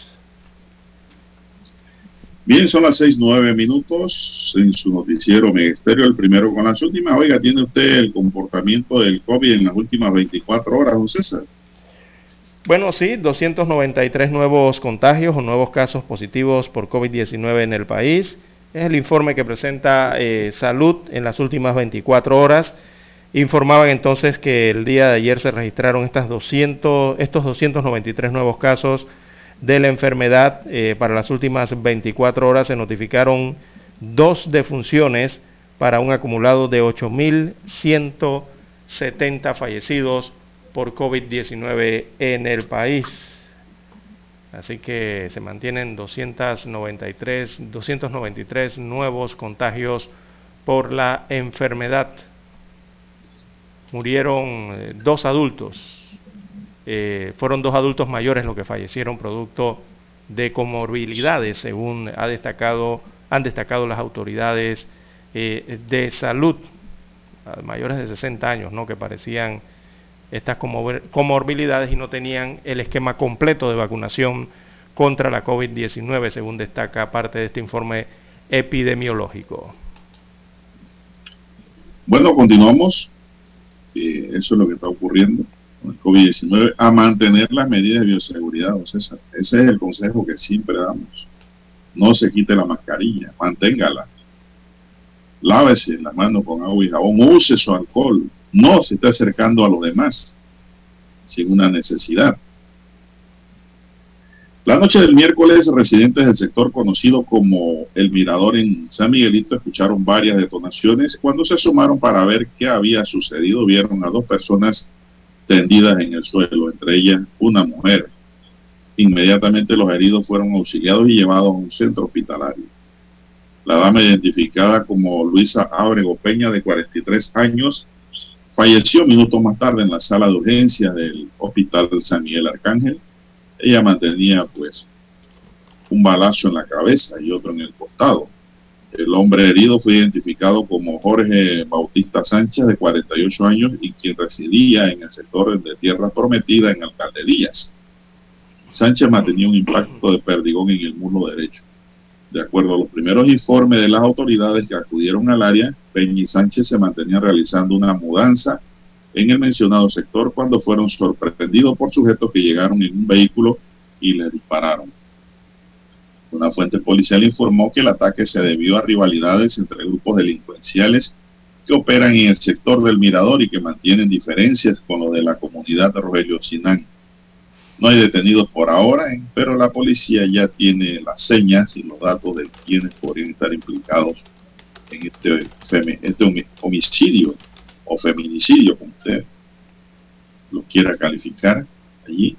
Bien, son las seis, nueve minutos en su noticiero Omega Estéreo, el primero con las últimas. Oiga, ¿tiene usted el comportamiento del COVID en las últimas veinticuatro horas, don César? Bueno, sí, doscientos noventa y tres nuevos contagios o nuevos casos positivos por COVID diecinueve en el país. Es el informe que presenta eh, Salud en las últimas veinticuatro horas. Informaban entonces que el día de ayer se registraron estas doscientos, estos doscientos noventa y tres nuevos casos de la enfermedad. Eh, para las últimas veinticuatro horas se notificaron dos defunciones para un acumulado de ocho mil ciento setenta fallecidos por COVID diecinueve en el país. Así que se mantienen doscientos noventa y tres, doscientos noventa y tres nuevos contagios por la enfermedad. Murieron eh, dos adultos. Eh, fueron dos adultos mayores los que fallecieron producto de comorbilidades, según ha destacado, han destacado las autoridades eh, de salud, mayores de sesenta años, ¿no?, que parecían estas comorbilidades y no tenían el esquema completo de vacunación contra la COVID diecinueve, según destaca parte de este informe epidemiológico. Bueno, continuamos. Eh, eso es lo que está ocurriendo con el COVID diecinueve, a mantener las medidas de bioseguridad, don César. Ese es el consejo que siempre damos. No se quite la mascarilla, manténgala. Lávese las manos con agua y jabón, use su alcohol. No se esté acercando a los demás sin una necesidad. La noche del miércoles, residentes del sector conocido como El Mirador en San Miguelito escucharon varias detonaciones. Cuando se asomaron para ver qué había sucedido, vieron a dos personas tendidas en el suelo, entre ellas una mujer. Inmediatamente los heridos fueron auxiliados y llevados a un centro hospitalario. La dama, identificada como Luisa Ábrego Peña, de cuarenta y tres años, falleció minutos más tarde en la sala de urgencias del Hospital de San Miguel Arcángel. Ella mantenía pues un balazo en la cabeza y otro en el costado. El hombre herido fue identificado como Jorge Bautista Sánchez, de cuarenta y ocho años, y quien residía en el sector de Tierra Prometida en Alcaldías. Sánchez mantenía un impacto de perdigón en el muslo derecho. De acuerdo a los primeros informes de las autoridades que acudieron al área, Peña y Sánchez se mantenían realizando una mudanza en el mencionado sector cuando fueron sorprendidos por sujetos que llegaron en un vehículo y les dispararon. Una fuente policial informó que el ataque se debió a rivalidades entre grupos delincuenciales que operan en el sector del Mirador y que mantienen diferencias con los de la comunidad de Rogelio Sinán. No hay detenidos por ahora, pero la policía ya tiene las señas y los datos de quienes podrían estar implicados en este, este homicidio o feminicidio, como usted lo quiera calificar allí.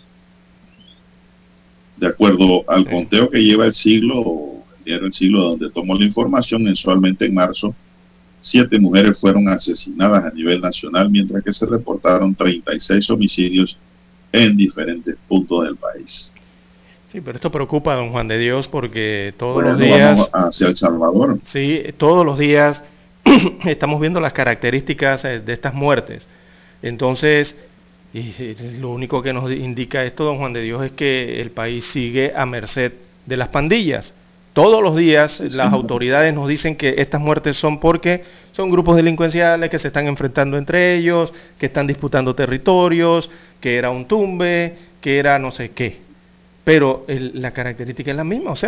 De acuerdo al conteo que lleva el siglo, el diario El Siglo, donde tomó la información, mensualmente en marzo, siete mujeres fueron asesinadas a nivel nacional, mientras que se reportaron treinta y seis homicidios en diferentes puntos del país. Sí, pero esto preocupa a don Juan de Dios porque todos bueno, los días... Vamos hacia El Salvador. Sí, todos los días estamos viendo las características de estas muertes. Entonces, y lo único que nos indica esto, don Juan de Dios, es que el país sigue a merced de las pandillas. Todos los días sí, las sí, autoridades nos dicen que estas muertes son porque son grupos delincuenciales que se están enfrentando entre ellos, que están disputando territorios, que era un tumbe, que era no sé qué. Pero el, la característica es la misma, o sea,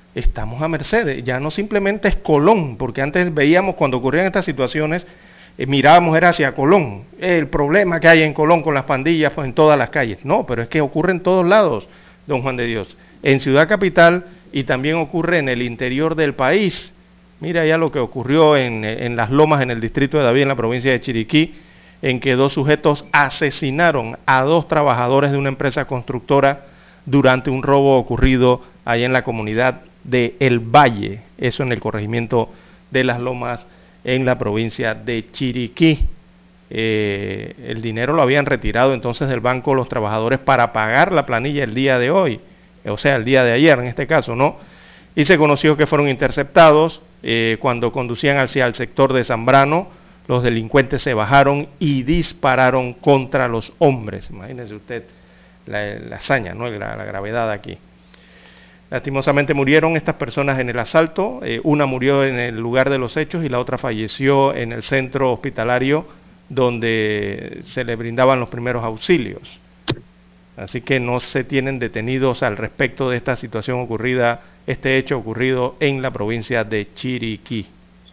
estamos a merced, ya no simplemente es Colón, porque antes veíamos cuando ocurrían estas situaciones, eh, mirábamos era hacia Colón, el problema que hay en Colón con las pandillas pues, en todas las calles, no, pero es que ocurre en todos lados, don Juan de Dios, en Ciudad Capital y también ocurre en el interior del país. Mira ya lo que ocurrió en, en Las Lomas, en el distrito de David, en la provincia de Chiriquí, en que dos sujetos asesinaron a dos trabajadores de una empresa constructora durante un robo ocurrido allá en la comunidad de El Valle, eso en el corregimiento de Las Lomas, en la provincia de Chiriquí. Eh, el dinero lo habían retirado entonces del banco los trabajadores para pagar la planilla el día de hoy, o sea, el día de ayer en este caso, ¿no? Y se conoció que fueron interceptados eh, cuando conducían hacia el sector de Zambrano. Los delincuentes se bajaron y dispararon contra los hombres. Imagínense usted la, la hazaña, ¿no? la, la gravedad aquí. Lastimosamente murieron estas personas en el asalto, eh, una murió en el lugar de los hechos y la otra falleció en el centro hospitalario donde se le brindaban los primeros auxilios. Así que no se tienen detenidos al respecto de esta situación ocurrida, este hecho ocurrido en la provincia de Chiriquí.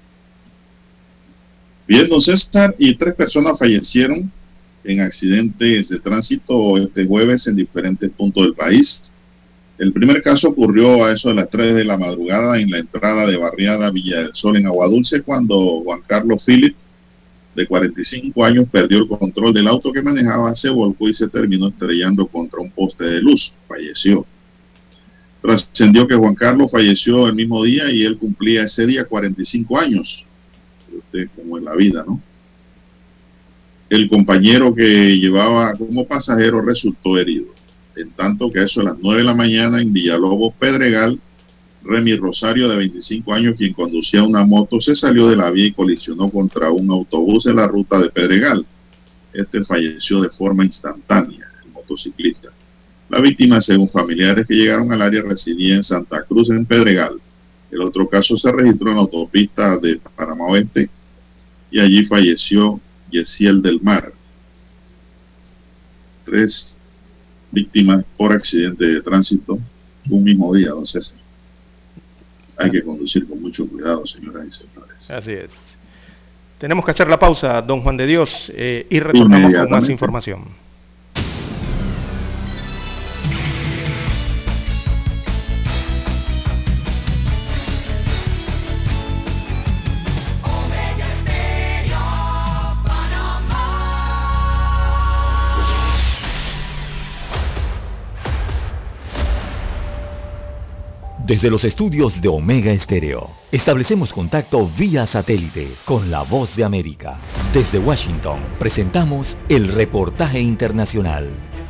Bien, don César, y tres personas fallecieron en accidentes de tránsito este jueves en diferentes puntos del país. El primer caso ocurrió a eso de las tres de la madrugada en la entrada de barriada Villa del Sol en Aguadulce, cuando Juan Carlos Philip, de cuarenta y cinco años, perdió el control del auto que manejaba, se volcó y se terminó estrellando contra un poste de luz. Falleció. Trascendió que Juan Carlos falleció el mismo día y él cumplía ese día cuarenta y cinco años. Usted, como en la vida, ¿no? El compañero que llevaba como pasajero resultó herido. En tanto que a eso de las nueve de la mañana en Villalobos, Pedregal, Remy Rosario, de veinticinco años, quien conducía una moto, se salió de la vía y colisionó contra un autobús en la ruta de Pedregal. Este falleció de forma instantánea, el motociclista. La víctima, según familiares que llegaron al área, residía en Santa Cruz, en Pedregal. El otro caso se registró en la autopista de Panamá Oeste y allí falleció Yesiel del Mar. Tres víctimas por accidente de tránsito un mismo día, don César. Hay que conducir con mucho cuidado, señoras y señores. Así es. Tenemos que hacer la pausa, don Juan de Dios, eh, y retornamos con más información. Desde los estudios de Omega Estéreo, establecemos contacto vía satélite con la voz de América. Desde Washington, presentamos el reportaje internacional.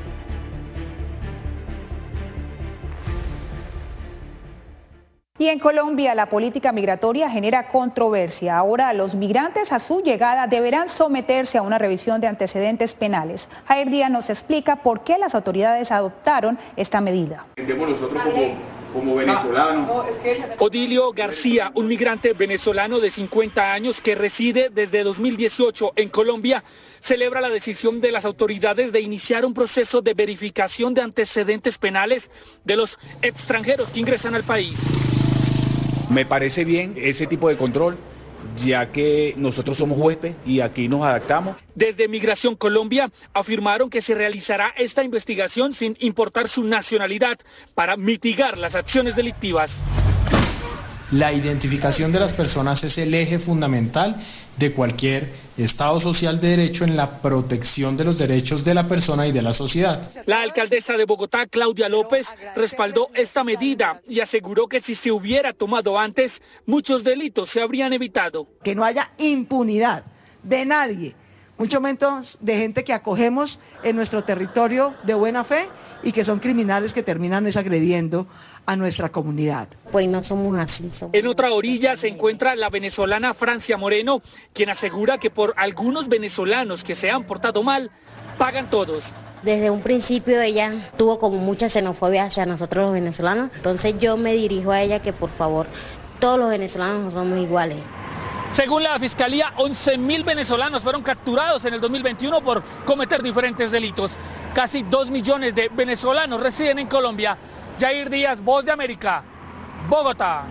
Y en Colombia la política migratoria genera controversia. Ahora los migrantes a su llegada deberán someterse a una revisión de antecedentes penales. Jair Díaz nos explica por qué las autoridades adoptaron esta medida. Nosotros como... como venezolano. Odilio García, un migrante venezolano de cincuenta años que reside desde dos mil dieciocho en Colombia, celebra la decisión de las autoridades de iniciar un proceso de verificación de antecedentes penales de los extranjeros que ingresan al país. Me parece bien ese tipo de control, ya que nosotros somos huéspedes y aquí nos adaptamos. Desde Migración Colombia afirmaron que se realizará esta investigación sin importar su nacionalidad para mitigar las acciones delictivas. La identificación de las personas es el eje fundamental de cualquier Estado social de derecho en la protección de los derechos de la persona y de la sociedad. La alcaldesa de Bogotá, Claudia López, respaldó esta medida y aseguró que si se hubiera tomado antes, muchos delitos se habrían evitado. Que no haya impunidad de nadie, mucho menos de gente que acogemos en nuestro territorio de buena fe y que son criminales que terminan desagrediendo a nuestra comunidad. Pues no somos así. Somos... En otra orilla se encuentra la venezolana Francia Moreno, quien asegura que por algunos venezolanos que se han portado mal, pagan todos. Desde un principio ella tuvo como mucha xenofobia hacia nosotros los venezolanos, entonces yo me dirijo a ella que por favor, todos los venezolanos no somos iguales. Según la Fiscalía, once mil venezolanos fueron capturados en el dos mil veintiuno por cometer diferentes delitos. Casi dos millones de venezolanos residen en Colombia. Jair Díaz, Voz de América, Bogotá.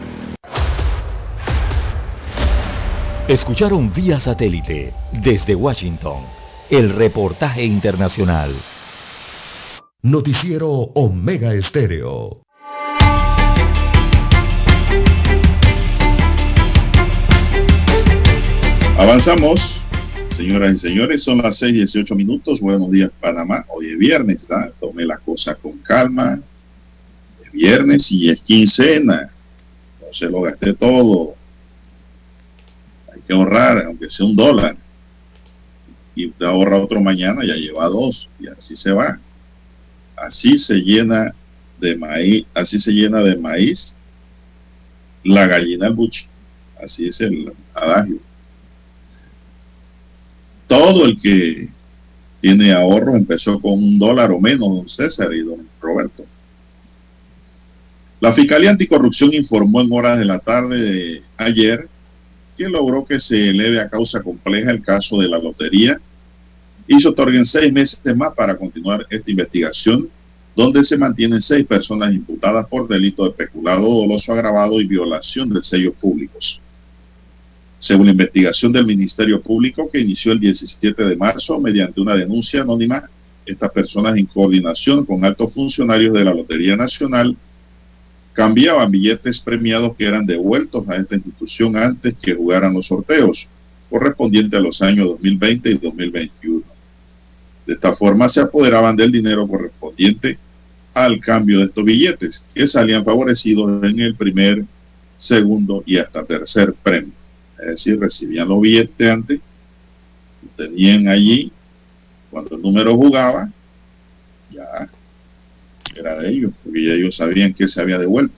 Escucharon vía satélite desde Washington el reportaje internacional. Noticiero Omega Estéreo. Avanzamos, señoras y señores, son las seis y dieciocho minutos. Buenos días, Panamá. Hoy es viernes, ¿tá? Tome las cosas con calma. Es viernes y es quincena. No se lo gasté todo. Hay que ahorrar, aunque sea un dólar. Y usted ahorra otro mañana, ya lleva dos. Y así se va. Así se llena de maíz, así se llena de maíz la gallina al buche. Así es el adagio. Todo el que tiene ahorro empezó con un dólar o menos, don César y don Roberto. La Fiscalía Anticorrupción informó en horas de la tarde de ayer que logró que se eleve a causa compleja el caso de la lotería y se otorguen seis meses más para continuar esta investigación, donde se mantienen seis personas imputadas por delito de peculado doloso agravado y violación de sellos públicos. Según la investigación del Ministerio Público, que inició el diecisiete de marzo mediante una denuncia anónima, estas personas, en coordinación con altos funcionarios de la Lotería Nacional, cambiaban billetes premiados que eran devueltos a esta institución antes que jugaran los sorteos, correspondientes a los años dos mil veinte y dos mil veintiuno. De esta forma se apoderaban del dinero correspondiente al cambio de estos billetes, que salían favorecidos en el primer, segundo y hasta tercer premio. Es decir, recibían los billetes antes, los tenían allí, cuando el número jugaba, ya era de ellos, porque ya ellos sabían que se había devuelto.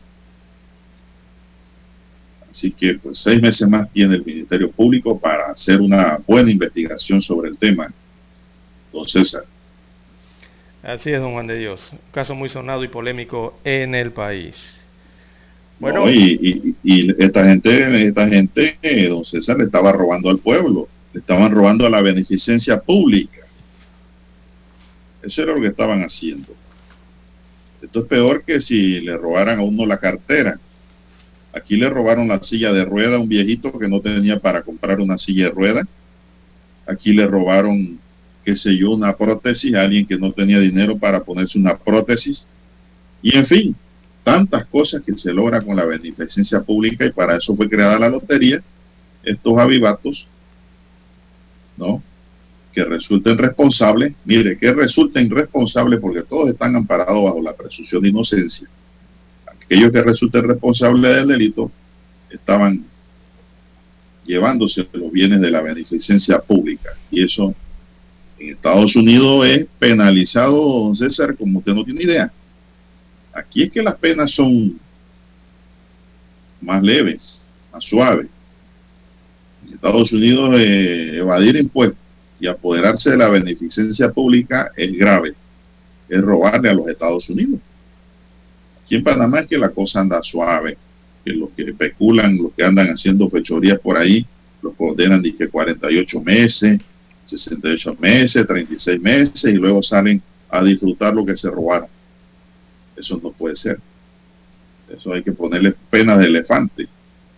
Así que pues seis meses más tiene el Ministerio Público para hacer una buena investigación sobre el tema, don César. Así es, don Juan de Dios, un caso muy sonado y polémico en el país. Bueno, no, y, y, y esta gente, esta gente, eh, don César, le estaba robando al pueblo, le estaban robando a la beneficencia pública. Eso era lo que estaban haciendo. Esto es peor que si le robaran a uno la cartera. Aquí le robaron la silla de rueda a un viejito que no tenía para comprar una silla de rueda. Aquí le robaron, qué sé yo, una prótesis a alguien que no tenía dinero para ponerse una prótesis. Y en fin, tantas cosas que se logra con la beneficencia pública, y para eso fue creada la lotería. Estos avivatos, ¿no?, que resulten responsables, mire, que resulten responsables porque todos están amparados bajo la presunción de inocencia. Aquellos que resulten responsables del delito estaban llevándose los bienes de la beneficencia pública, y eso en Estados Unidos es penalizado, don César, como usted no tiene idea. Aquí es que las penas son más leves, más suaves. En Estados Unidos eh, evadir impuestos y apoderarse de la beneficencia pública es grave, es robarle a los Estados Unidos. Aquí en Panamá es que la cosa anda suave, que los que especulan, los que andan haciendo fechorías por ahí, los condenan de que cuarenta y ocho meses, sesenta y ocho meses, treinta y seis meses, y luego salen a disfrutar lo que se robaron. Eso no puede ser. Eso hay que ponerle penas de elefante.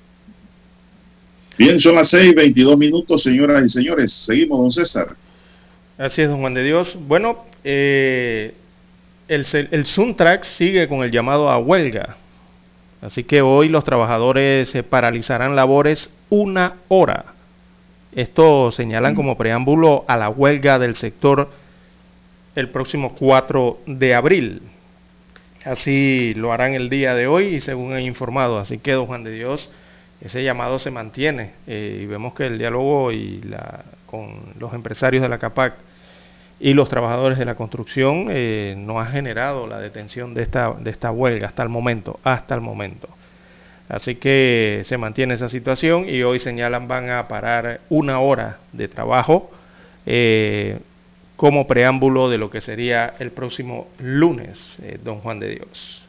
Bien, son las seis, veintidós minutos, señoras y señores. Seguimos, don César. Así es, don Juan de Dios. Bueno, eh, el, el Suntrax sigue con el llamado a huelga. Así que hoy los trabajadores eh, paralizarán labores una hora. Esto señalan como preámbulo a la huelga del sector el próximo cuatro de abril. Así lo harán el día de hoy y según han informado. Así que, don Juan de Dios, ese llamado se mantiene eh, y vemos que el diálogo y la, con los empresarios de la CAPAC y los trabajadores de la construcción eh, no ha generado la detención de esta, de esta huelga hasta el momento, hasta el momento. Así que se mantiene esa situación y hoy señalan van a parar una hora de trabajo eh, como preámbulo de lo que sería el próximo lunes, eh, don Juan de Dios.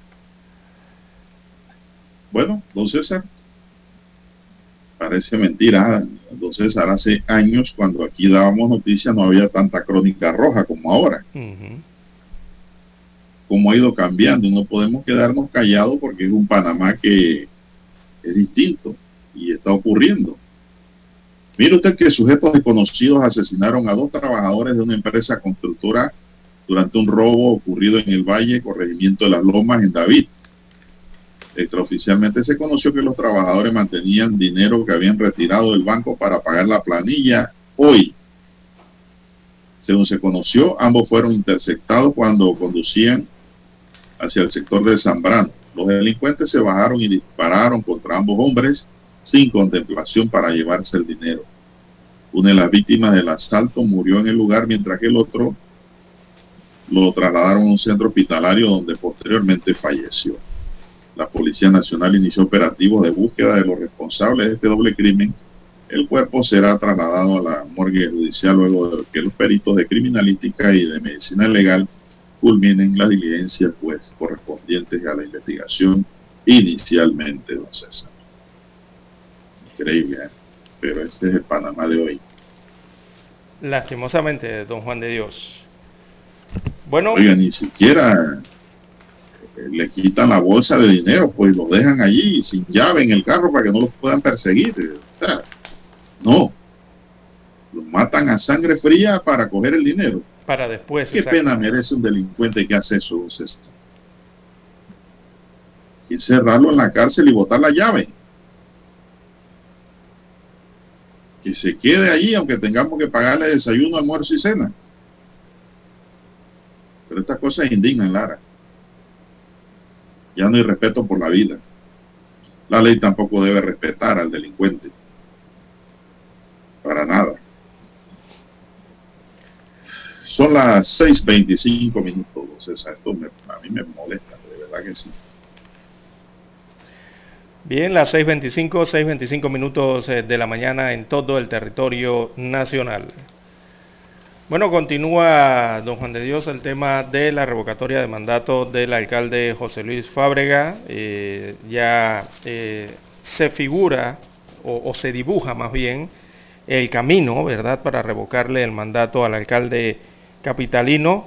Bueno, don César, parece mentira. Don César, hace años cuando aquí dábamos noticias no había tanta crónica roja como ahora. Uh-huh. cómo ha ido cambiando y no podemos quedarnos callados porque es un Panamá que es distinto y está ocurriendo. Mire usted que sujetos desconocidos asesinaron a dos trabajadores de una empresa constructora durante un robo ocurrido en el Valle, corregimiento de Las Lomas, en David. Extraoficialmente se conoció que los trabajadores mantenían dinero que habían retirado del banco para pagar la planilla hoy. Según se conoció, ambos fueron interceptados cuando conducían hacia el sector de Zambrano. Los delincuentes se bajaron y dispararon contra ambos hombres sin contemplación para llevarse el dinero. Una de las víctimas del asalto murió en el lugar, mientras que el otro lo trasladaron a un centro hospitalario donde posteriormente falleció. La Policía Nacional inició operativos de búsqueda de los responsables de este doble crimen. El cuerpo será trasladado a la morgue judicial luego de que los peritos de criminalística y de medicina legal culminen las diligencias pues correspondientes a la investigación inicialmente, don César. Increíble, ¿eh? Pero este es el Panamá de hoy. Lastimosamente, don Juan de Dios. Bueno. Oiga, ni siquiera le quitan la bolsa de dinero, pues lo dejan allí sin llave en el carro para que no los puedan perseguir. O sea, no. Los matan a sangre fría para coger el dinero. Para después. ¿Qué pena merece un delincuente que hace eso, César? Encerrarlo en la cárcel y botar la llave. Que se quede allí aunque tengamos que pagarle desayuno, almuerzo y cena. Pero estas cosas indignan, Lara. Ya no hay respeto por la vida. La ley tampoco debe respetar al delincuente. Para nada. Son las seis veinticinco minutos, César. Esto me, a mí me molesta, de verdad que sí. Bien, las seis veinticinco, seis veinticinco minutos de la mañana en todo el territorio nacional. Bueno, continúa, don Juan de Dios, el tema de la revocatoria de mandato del alcalde José Luis Fábrega. Eh, ya eh, se figura, o, o se dibuja más bien, el camino, ¿verdad?, para revocarle el mandato al alcalde capitalino.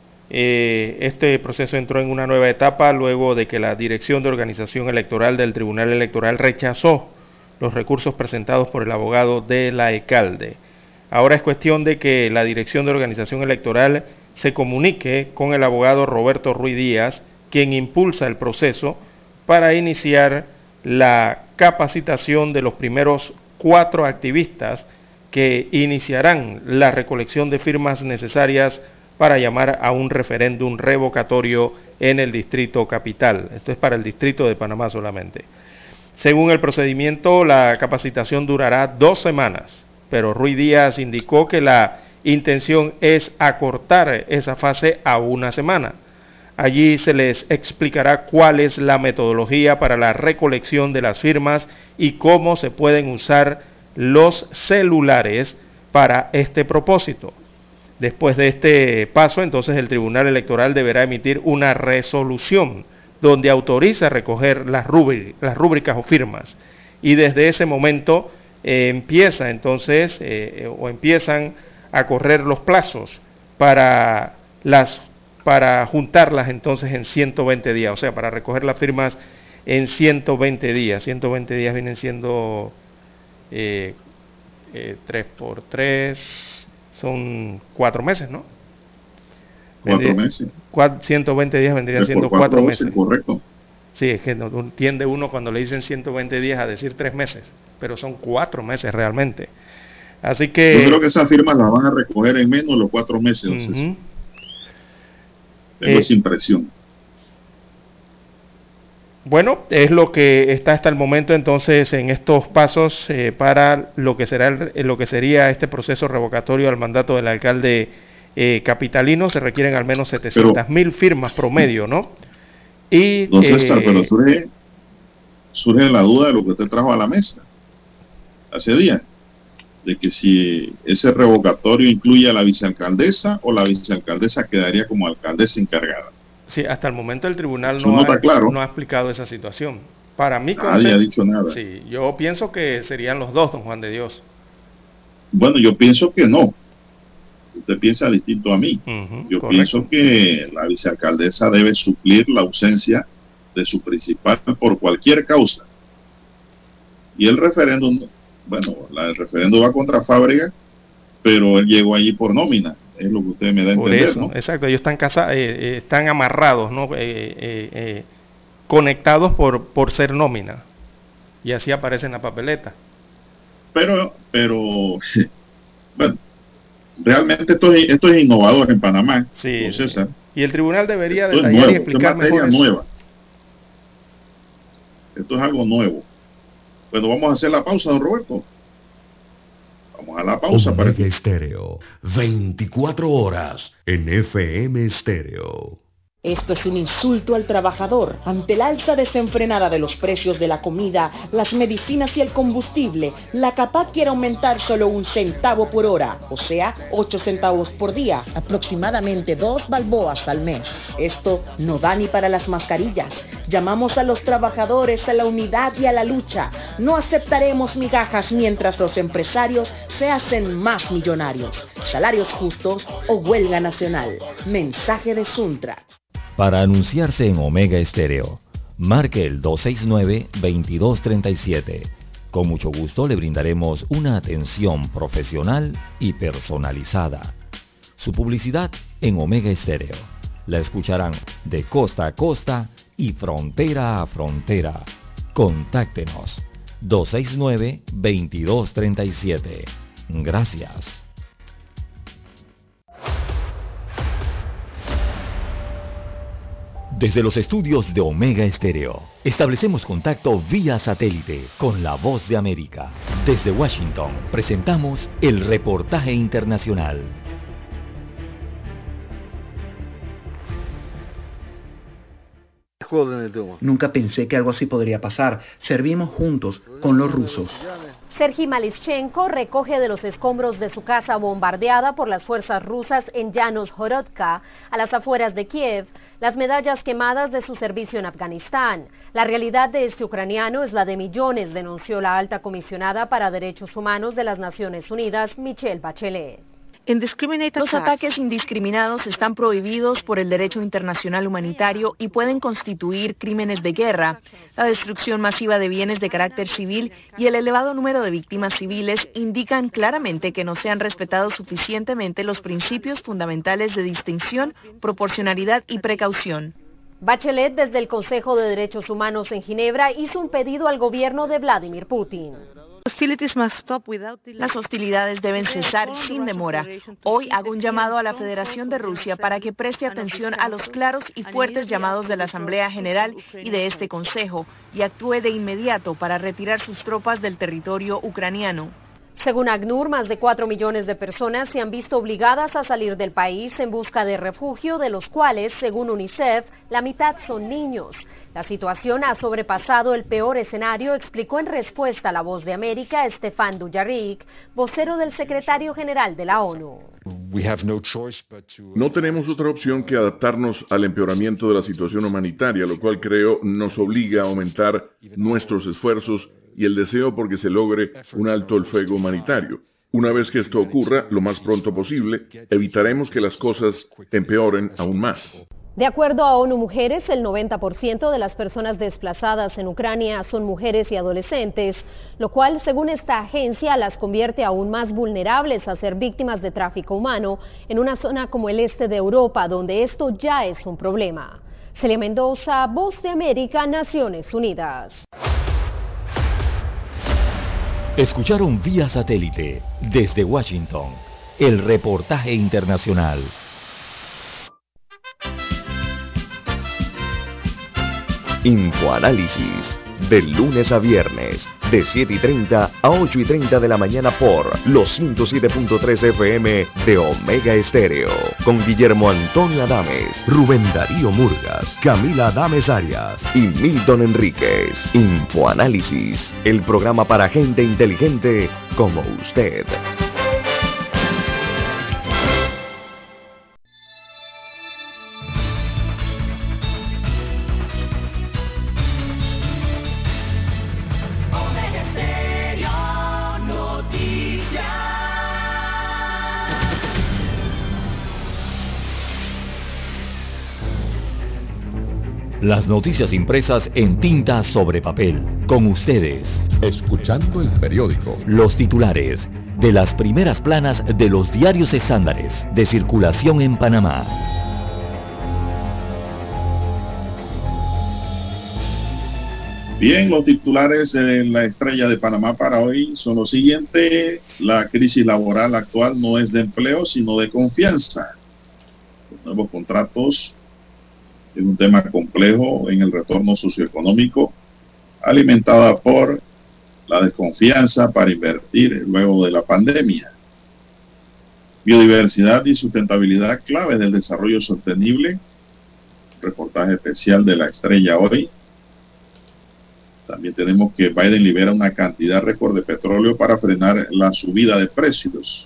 Eh, este proceso entró en una nueva etapa luego de que la Dirección de Organización Electoral del Tribunal Electoral rechazó los recursos presentados por el abogado del alcalde. Ahora es cuestión de que la Dirección de Organización Electoral se comunique con el abogado Roberto Ruiz Díaz, quien impulsa el proceso para iniciar la capacitación de los primeros cuatro activistas que iniciarán la recolección de firmas necesarias para llamar a un referéndum revocatorio en el Distrito Capital. Esto es para el Distrito de Panamá solamente. Según el procedimiento, la capacitación durará dos semanas, pero Ruiz Díaz indicó que la intención es acortar esa fase a una semana. Allí se les explicará cuál es la metodología para la recolección de las firmas y cómo se pueden usar los celulares para este propósito. Después de este paso, entonces el Tribunal Electoral deberá emitir una resolución donde autoriza recoger las, rúbric, las rúbricas o firmas. Y desde ese momento eh, empieza entonces, eh, o empiezan a correr los plazos para, las, para juntarlas entonces en ciento veinte días, o sea, para recoger las firmas en ciento veinte días. ciento veinte días vienen siendo eh, eh, tres por tres... son cuatro meses, ¿no? Cuatro Vendría, meses. ciento veinte días vendrían siendo cuatro, cuatro meses. Correcto. Sí, es que no entiende uno cuando le dicen ciento veinte días a decir tres meses, pero son cuatro meses realmente. Así que... Yo creo que esas firmas las van a recoger en menos de los cuatro meses. Uh-huh. Entonces, tengo eh, esa impresión. Bueno, es lo que está hasta el momento entonces en estos pasos eh, para lo que será el, lo que sería este proceso revocatorio al mandato del alcalde eh, capitalino. Se requieren al menos setecientas mil firmas promedio, ¿no? Y, don César, eh, pero surge, surge la duda de lo que usted trajo a la mesa hace días, de que si ese revocatorio incluye a la vicealcaldesa o la vicealcaldesa quedaría como alcaldesa encargada. Sí, hasta el momento el tribunal no, no, ha, claro. no ha explicado esa situación. Para mí, nadie ha dicho nada. Sí, yo pienso que serían los dos, don Juan de Dios. Bueno, yo pienso que no. Usted piensa distinto a mí. Uh-huh, Yo correcto. pienso que la vicealcaldesa debe suplir la ausencia de su principal por cualquier causa. Y el referéndum, bueno, la, el referéndum va contra Fábrega, pero él llegó allí por nómina. Es lo que usted me da a Por entender, eso, ¿no? exacto, ellos están casa, eh, eh, están amarrados, ¿no? Eh, eh, eh, conectados por, por ser nómina. Y así aparece en la papeleta. Pero, pero, bueno, realmente esto es, esto es innovador en Panamá, Sí, don César. Y el tribunal debería Esto es detallar nuevo, y explicar esto es mejor materia eso. nueva. Esto es algo nuevo. Bueno, vamos a hacer la pausa, don Roberto. Vamos a la pausa para Omega que... Estéreo, veinticuatro horas en F M Estéreo. Esto es un insulto al trabajador. Ante la alza desenfrenada de los precios de la comida, las medicinas y el combustible, la CAPAC quiere aumentar solo un centavo por hora, o sea, ocho centavos por día, aproximadamente dos balboas al mes. Esto no da ni para las mascarillas. Llamamos a los trabajadores a la unidad y a la lucha. No aceptaremos migajas mientras los empresarios se hacen más millonarios. Salarios justos o huelga nacional. Mensaje de Suntra. Para anunciarse en Omega Estéreo, marque el dos seis nueve, veintidós treinta y siete. Con mucho gusto le brindaremos una atención profesional y personalizada. Su publicidad en Omega Estéreo. La escucharán de costa a costa y frontera a frontera. Contáctenos dos seis nueve, veintidós treinta y siete. Gracias. Desde los estudios de Omega Estéreo, establecemos contacto vía satélite con la Voz de América. Desde Washington, presentamos el reportaje internacional. Nunca pensé que algo así podría pasar. Servimos juntos con los rusos. Sergei Malischenko recoge de los escombros de su casa bombardeada por las fuerzas rusas en Llanos-Horodka, a las afueras de Kiev, las medallas quemadas de su servicio en Afganistán. La realidad de este ucraniano es la de millones, denunció la alta comisionada para Derechos Humanos de las Naciones Unidas, Michelle Bachelet. Los ataques indiscriminados están prohibidos por el derecho internacional humanitario y pueden constituir crímenes de guerra. La destrucción masiva de bienes de carácter civil y el elevado número de víctimas civiles indican claramente que no se han respetado suficientemente los principios fundamentales de distinción, proporcionalidad y precaución. Bachelet, desde el Consejo de Derechos Humanos en Ginebra, hizo un pedido al gobierno de Vladimir Putin. Las hostilidades deben cesar sin demora. Hoy hago un llamado a la Federación de Rusia para que preste atención a los claros y fuertes llamados de la Asamblea General y de este Consejo y actúe de inmediato para retirar sus tropas del territorio ucraniano. Según ACNUR, más de cuatro millones de personas se han visto obligadas a salir del país en busca de refugio, de los cuales, según UNICEF, la mitad son niños. La situación ha sobrepasado el peor escenario, explicó en respuesta a La Voz de América Stefan Dujarric, vocero del secretario general de la ONU. No tenemos otra opción que adaptarnos al empeoramiento de la situación humanitaria, lo cual creo nos obliga a aumentar nuestros esfuerzos y el deseo por que se logre un alto el fuego humanitario. Una vez que esto ocurra, lo más pronto posible, evitaremos que las cosas empeoren aún más. De acuerdo a ONU Mujeres, el noventa por ciento de las personas desplazadas en Ucrania son mujeres y adolescentes, lo cual, según esta agencia, las convierte aún más vulnerables a ser víctimas de tráfico humano en una zona como el este de Europa, donde esto ya es un problema. Celia Mendoza, Voz de América, Naciones Unidas. Escucharon vía satélite desde Washington el reportaje internacional. Infoanálisis, de lunes a viernes, de siete y treinta a ocho y treinta de la mañana por los ciento siete punto tres F M de Omega Estéreo, con Guillermo Antonio Adames, Rubén Darío Murgas, Camila Adames Arias y Milton Enríquez. Infoanálisis, el programa para gente inteligente como usted. Las noticias impresas en tinta sobre papel. Con ustedes. Escuchando el periódico. Los titulares de las primeras planas de los diarios estándares de circulación en Panamá. Bien, los titulares de La Estrella de Panamá para hoy son los siguientes. La crisis laboral actual no es de empleo, sino de confianza. Los nuevos contratos es un tema complejo en el retorno socioeconómico, alimentada por la desconfianza para invertir luego de la pandemia. Biodiversidad y sustentabilidad clave del desarrollo sostenible. Reportaje especial de La Estrella hoy. También tenemos que Biden libera una cantidad récord de petróleo para frenar la subida de precios.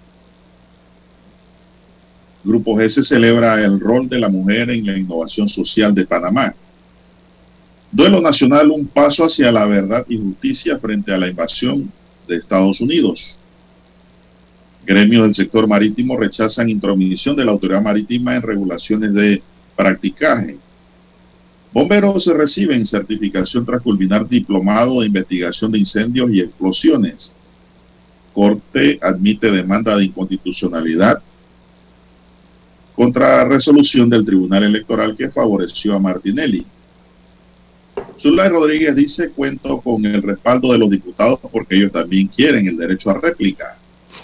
Grupo G S celebra el rol de la mujer en la innovación social de Panamá. Duelo nacional, un paso hacia la verdad y justicia frente a la invasión de Estados Unidos. Gremios del sector marítimo rechazan intromisión de la autoridad marítima en regulaciones de practicaje. Bomberos reciben certificación tras culminar diplomado de investigación de incendios y explosiones. Corte admite demanda de inconstitucionalidad contra resolución del Tribunal Electoral que favoreció a Martinelli. Zulay Rodríguez dice: cuento con el respaldo de los diputados porque ellos también quieren el derecho a réplica.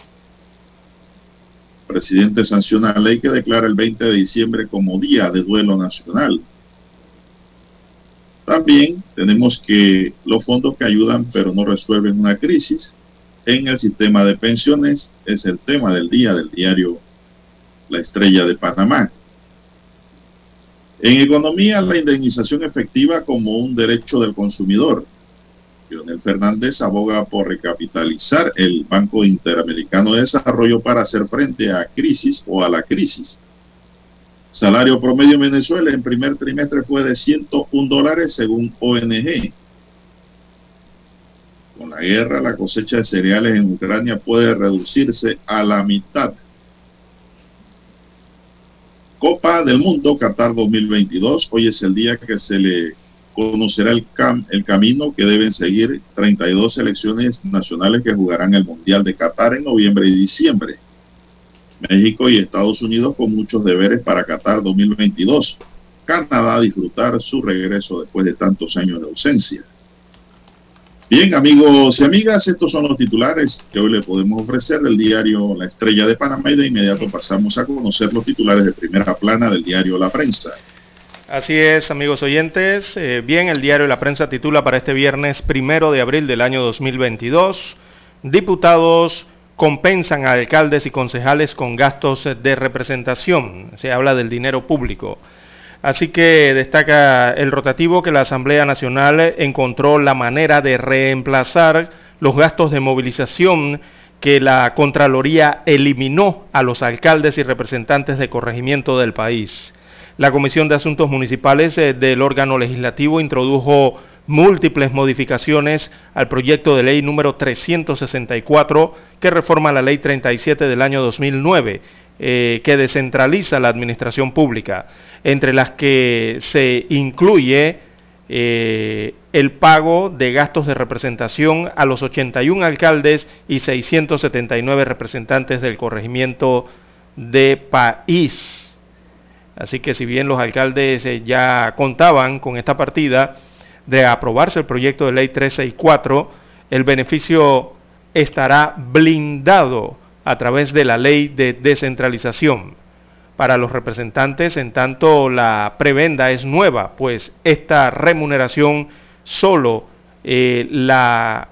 El presidente sanciona la ley que declara el veinte de diciembre como Día de Duelo Nacional. También tenemos que los fondos que ayudan pero no resuelven una crisis en el sistema de pensiones es el tema del día del diario La Estrella de Panamá. En economía, la indemnización efectiva como un derecho del consumidor. Leonel Fernández aboga por recapitalizar el Banco Interamericano de Desarrollo para hacer frente a crisis o a la crisis. Salario promedio en Venezuela en primer trimestre fue de ciento un dólares según O N G. Con la guerra, la cosecha de cereales en Ucrania puede reducirse a la mitad. Copa del Mundo Qatar dos mil veintidós. Hoy es el día que se le conocerá el, cam el camino que deben seguir treinta y dos selecciones nacionales que jugarán el Mundial de Qatar en noviembre y diciembre. México y Estados Unidos con muchos deberes para Qatar dos mil veintidós. Canadá a disfrutar su regreso después de tantos años de ausencia. Bien, amigos y amigas, estos son los titulares que hoy le podemos ofrecer del diario La Estrella de Panamá y de inmediato pasamos a conocer los titulares de primera plana del diario La Prensa. Así es, amigos oyentes. Eh, bien, el diario La Prensa titula para este viernes primero de abril del año dos mil veintidós: diputados compensan a alcaldes y concejales con gastos de representación. Se habla del dinero público. Así que destaca el rotativo que la Asamblea Nacional encontró la manera de reemplazar los gastos de movilización que la Contraloría eliminó a los alcaldes y representantes de corregimiento del país. La Comisión de Asuntos Municipales del órgano legislativo introdujo múltiples modificaciones al proyecto de ley número trescientos sesenta y cuatro que reforma la ley treinta y siete del año dos mil nueve, eh, que descentraliza la administración pública, entre las que se incluye eh, el pago de gastos de representación a los ochenta y un alcaldes y seiscientos setenta y nueve representantes del corregimiento de país. Así que si bien los alcaldes eh, ya contaban con esta partida, de aprobarse el proyecto de ley trescientos sesenta y cuatro, el beneficio estará blindado a través de la ley de descentralización. Para los representantes, en tanto la prebenda es nueva, pues esta remuneración solo eh, la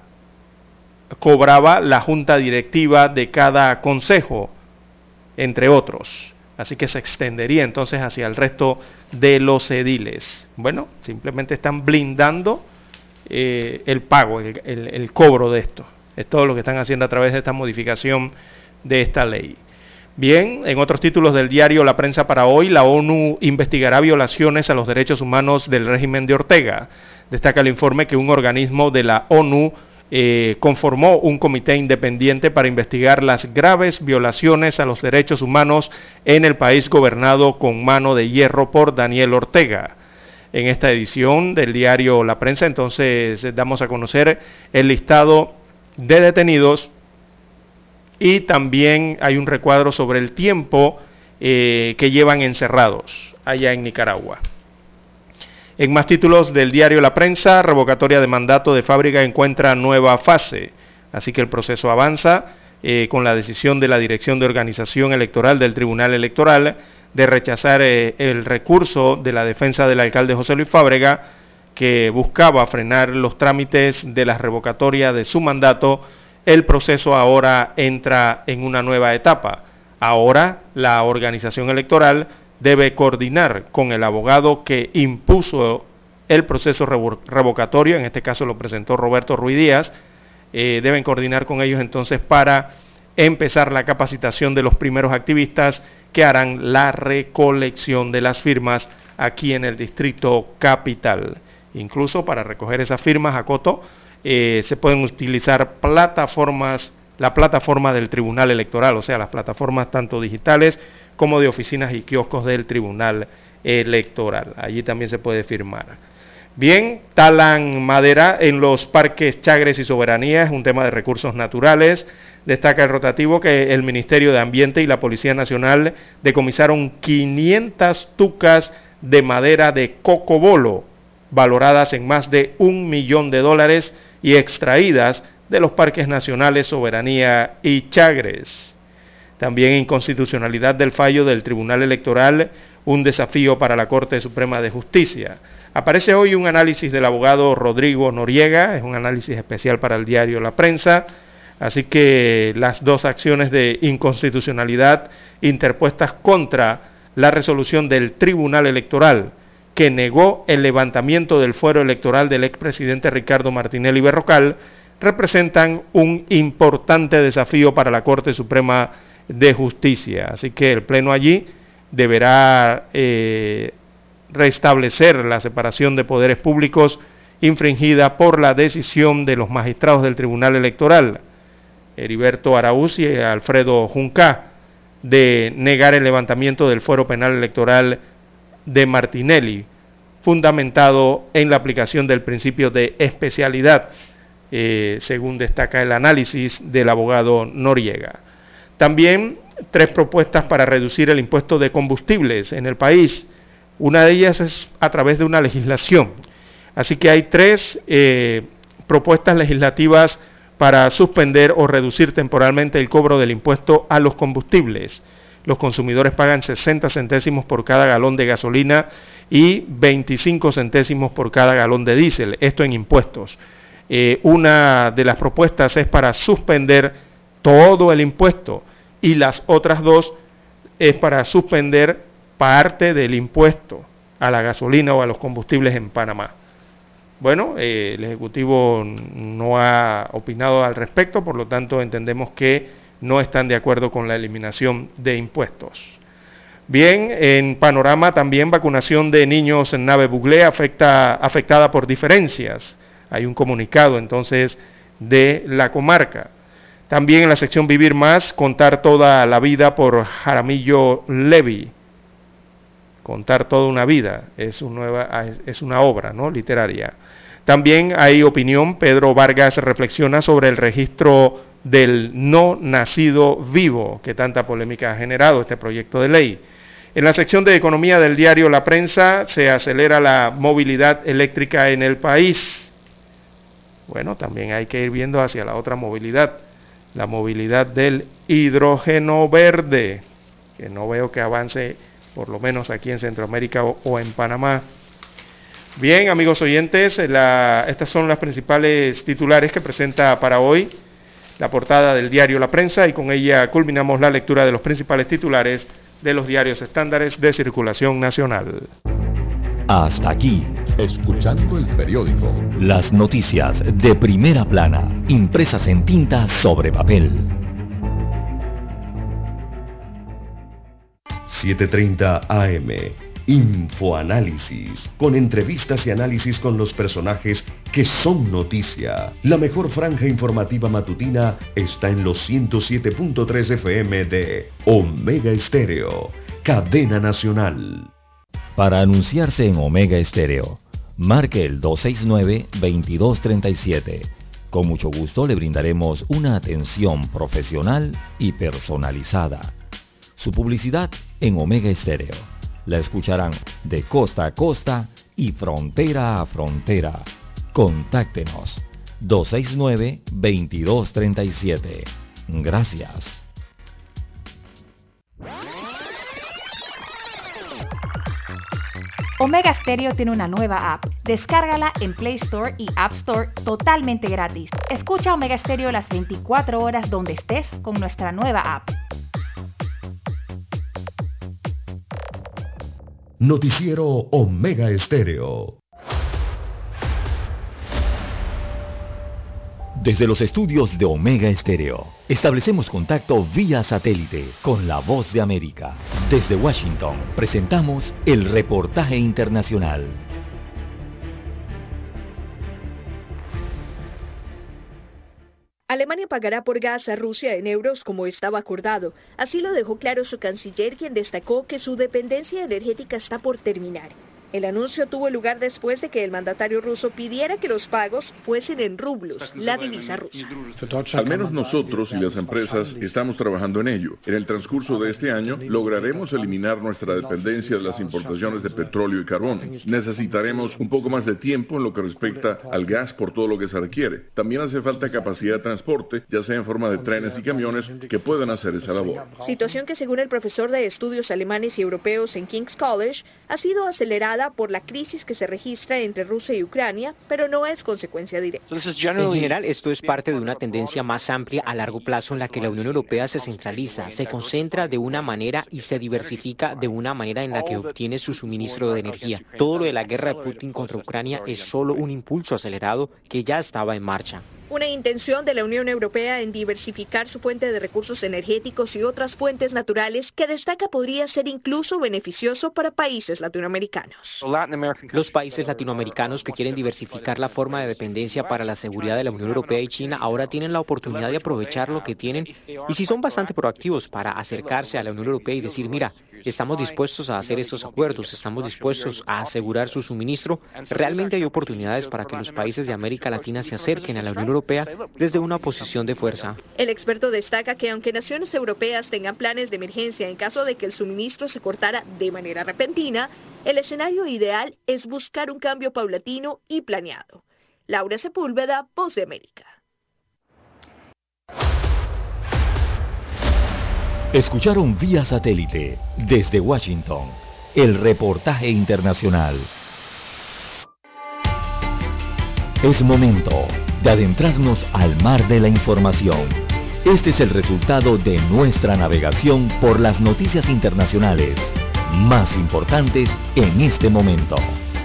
cobraba la junta directiva de cada consejo, entre otros. Así que se extendería entonces hacia el resto de los ediles. Bueno, simplemente están blindando eh, el pago, el, el, el cobro de esto. Es todo lo que están haciendo a través de esta modificación de esta ley. Bien, en otros títulos del diario La Prensa para hoy, la ONU investigará violaciones a los derechos humanos del régimen de Ortega. Destaca el informe que un organismo de la ONU eh, conformó un comité independiente para investigar las graves violaciones a los derechos humanos en el país gobernado con mano de hierro por Daniel Ortega. en esta edición del diario La Prensa. Entonces damos a conocer el listado de detenidos y también hay un recuadro sobre el tiempo eh, que llevan encerrados allá en Nicaragua. En más títulos del diario La Prensa, revocatoria de mandato de Fábrega encuentra nueva fase. Así que el proceso avanza eh, con la decisión de la Dirección de Organización Electoral del Tribunal Electoral de rechazar eh, el recurso de la defensa del alcalde José Luis Fábrega, que buscaba frenar los trámites de la revocatoria de su mandato. El proceso ahora entra en una nueva etapa. Ahora la organización electoral debe coordinar con el abogado que impuso el proceso revocatorio, en este caso lo presentó Roberto Ruiz Díaz, eh, deben coordinar con ellos entonces para empezar la capacitación de los primeros activistas que harán la recolección de las firmas aquí en el Distrito Capital. Incluso para recoger esas firmas, Acoto, eh, se pueden utilizar plataformas, la plataforma del Tribunal Electoral, o sea, las plataformas tanto digitales como de oficinas y kioscos del Tribunal Electoral. Allí también se puede firmar. Bien, talan madera en los parques Chagres y Soberanía, es un tema de recursos naturales. Destaca el rotativo que el Ministerio de Ambiente y la Policía Nacional decomisaron quinientas tucas de madera de cocobolo, valoradas en más de un millón de dólares y extraídas de los parques nacionales Soberanía y Chagres. También inconstitucionalidad del fallo del Tribunal Electoral, un desafío para la Corte Suprema de Justicia. Aparece hoy un análisis del abogado Rodrigo Noriega, es un análisis especial para el diario La Prensa, así que las dos acciones de inconstitucionalidad interpuestas contra la resolución del Tribunal Electoral, que negó el levantamiento del fuero electoral del expresidente Ricardo Martinelli Berrocal, representan un importante desafío para la Corte Suprema de Justicia. Así que el Pleno allí deberá eh, restablecer la separación de poderes públicos infringida por la decisión de los magistrados del Tribunal Electoral, Heriberto Araúz y Alfredo Junca, de negar el levantamiento del fuero penal electoral de Martinelli, fundamentado en la aplicación del principio de especialidad, eh, según destaca el análisis del abogado Noriega. También tres propuestas para reducir el impuesto de combustibles en el país. Una de ellas es a través de una legislación. Así que hay tres eh, propuestas legislativas para suspender o reducir temporalmente el cobro del impuesto a los combustibles. Los consumidores pagan sesenta centésimos por cada galón de gasolina y veinticinco centésimos por cada galón de diésel, esto en impuestos. Eh, una de las propuestas es para suspender todo el impuesto y las otras dos es para suspender parte del impuesto a la gasolina o a los combustibles en Panamá. Bueno, eh, el Ejecutivo no ha opinado al respecto, por lo tanto entendemos que no están de acuerdo con la eliminación de impuestos. Bien, en panorama también vacunación de niños en Nave Buglé afecta, afectada por diferencias. Hay un comunicado entonces de la comarca. También en la sección Vivir Más, Contar toda la vida por Jaramillo Levy. Contar toda una vida, es, un nueva, es una obra, ¿no?, literaria. También hay opinión, Pedro Vargas reflexiona sobre el registro del no nacido vivo, que tanta polémica ha generado este proyecto de ley. En la sección de Economía del diario La Prensa, se acelera la movilidad eléctrica en el país. Bueno, también hay que ir viendo hacia la otra movilidad, la movilidad del hidrógeno verde, que no veo que avance, por lo menos aquí en Centroamérica o, o en Panamá. Bien, amigos oyentes, la, estas son las principales titulares que presenta para hoy la portada del diario La Prensa, y con ella culminamos la lectura de los principales titulares de los diarios estándares de circulación nacional. Hasta aquí, escuchando el periódico. Las noticias de primera plana, impresas en tinta sobre papel. siete treinta A M, Infoanálisis, con entrevistas y análisis con los personajes que son noticia. La mejor franja informativa matutina está en los ciento siete punto tres F M de Omega Estéreo, cadena nacional. Para anunciarse en Omega Estéreo, marque el dos seis nueve, veintidós treinta y siete. Con mucho gusto le brindaremos una atención profesional y personalizada. Su publicidad en Omega Estéreo. La escucharán de costa a costa y frontera a frontera. Contáctenos dos seis nueve, veintidós treinta y siete. Gracias. Omega Stereo tiene una nueva app. Descárgala en Play Store y App Store totalmente gratis. Escucha Omega Stereo las veinticuatro horas donde estés con nuestra nueva app. Noticiero Omega Estéreo. Desde los estudios de Omega Estéreo, establecemos contacto vía satélite con la Voz de América. Desde Washington, presentamos el reportaje internacional. Alemania pagará por gas a Rusia en euros como estaba acordado. Así lo dejó claro su canciller, quien destacó que su dependencia energética está por terminar. El anuncio tuvo lugar después de que el mandatario ruso pidiera que los pagos fuesen en rublos, la divisa rusa. Al menos nosotros y las empresas estamos trabajando en ello. En el transcurso de este año lograremos eliminar nuestra dependencia de las importaciones de petróleo y carbón. Necesitaremos un poco más de tiempo en lo que respecta al gas por todo lo que se requiere. También hace falta capacidad de transporte, ya sea en forma de trenes y camiones, que puedan hacer esa labor. Situación que, según el profesor de estudios alemanes y europeos en King's College, ha sido acelerada por la crisis que se registra entre Rusia y Ucrania, pero no es consecuencia directa. En general, esto es parte de una tendencia más amplia a largo plazo en la que la Unión Europea se centraliza, se concentra de una manera y se diversifica de una manera en la que obtiene su suministro de energía. Todo lo de la guerra de Putin contra Ucrania es solo un impulso acelerado que ya estaba en marcha. Una intención de la Unión Europea en diversificar su fuente de recursos energéticos y otras fuentes naturales que destaca podría ser incluso beneficioso para países latinoamericanos. Los países latinoamericanos que quieren diversificar la forma de dependencia para la seguridad de la Unión Europea y China ahora tienen la oportunidad de aprovechar lo que tienen, y si son bastante proactivos para acercarse a la Unión Europea y decir, mira, estamos dispuestos a hacer estos acuerdos, estamos dispuestos a asegurar su suministro, realmente hay oportunidades para que los países de América Latina se acerquen a la Unión Europea desde una posición de fuerza. El experto destaca que aunque naciones europeas tengan planes de emergencia en caso de que el suministro se cortara de manera repentina, el escenario ideal es buscar un cambio paulatino y planeado. Laura Sepúlveda, Voz de América. Escucharon vía satélite desde Washington el reportaje internacional. Es momento de adentrarnos al mar de la información. Este es el resultado de nuestra navegación por las noticias internacionales más importantes en este momento.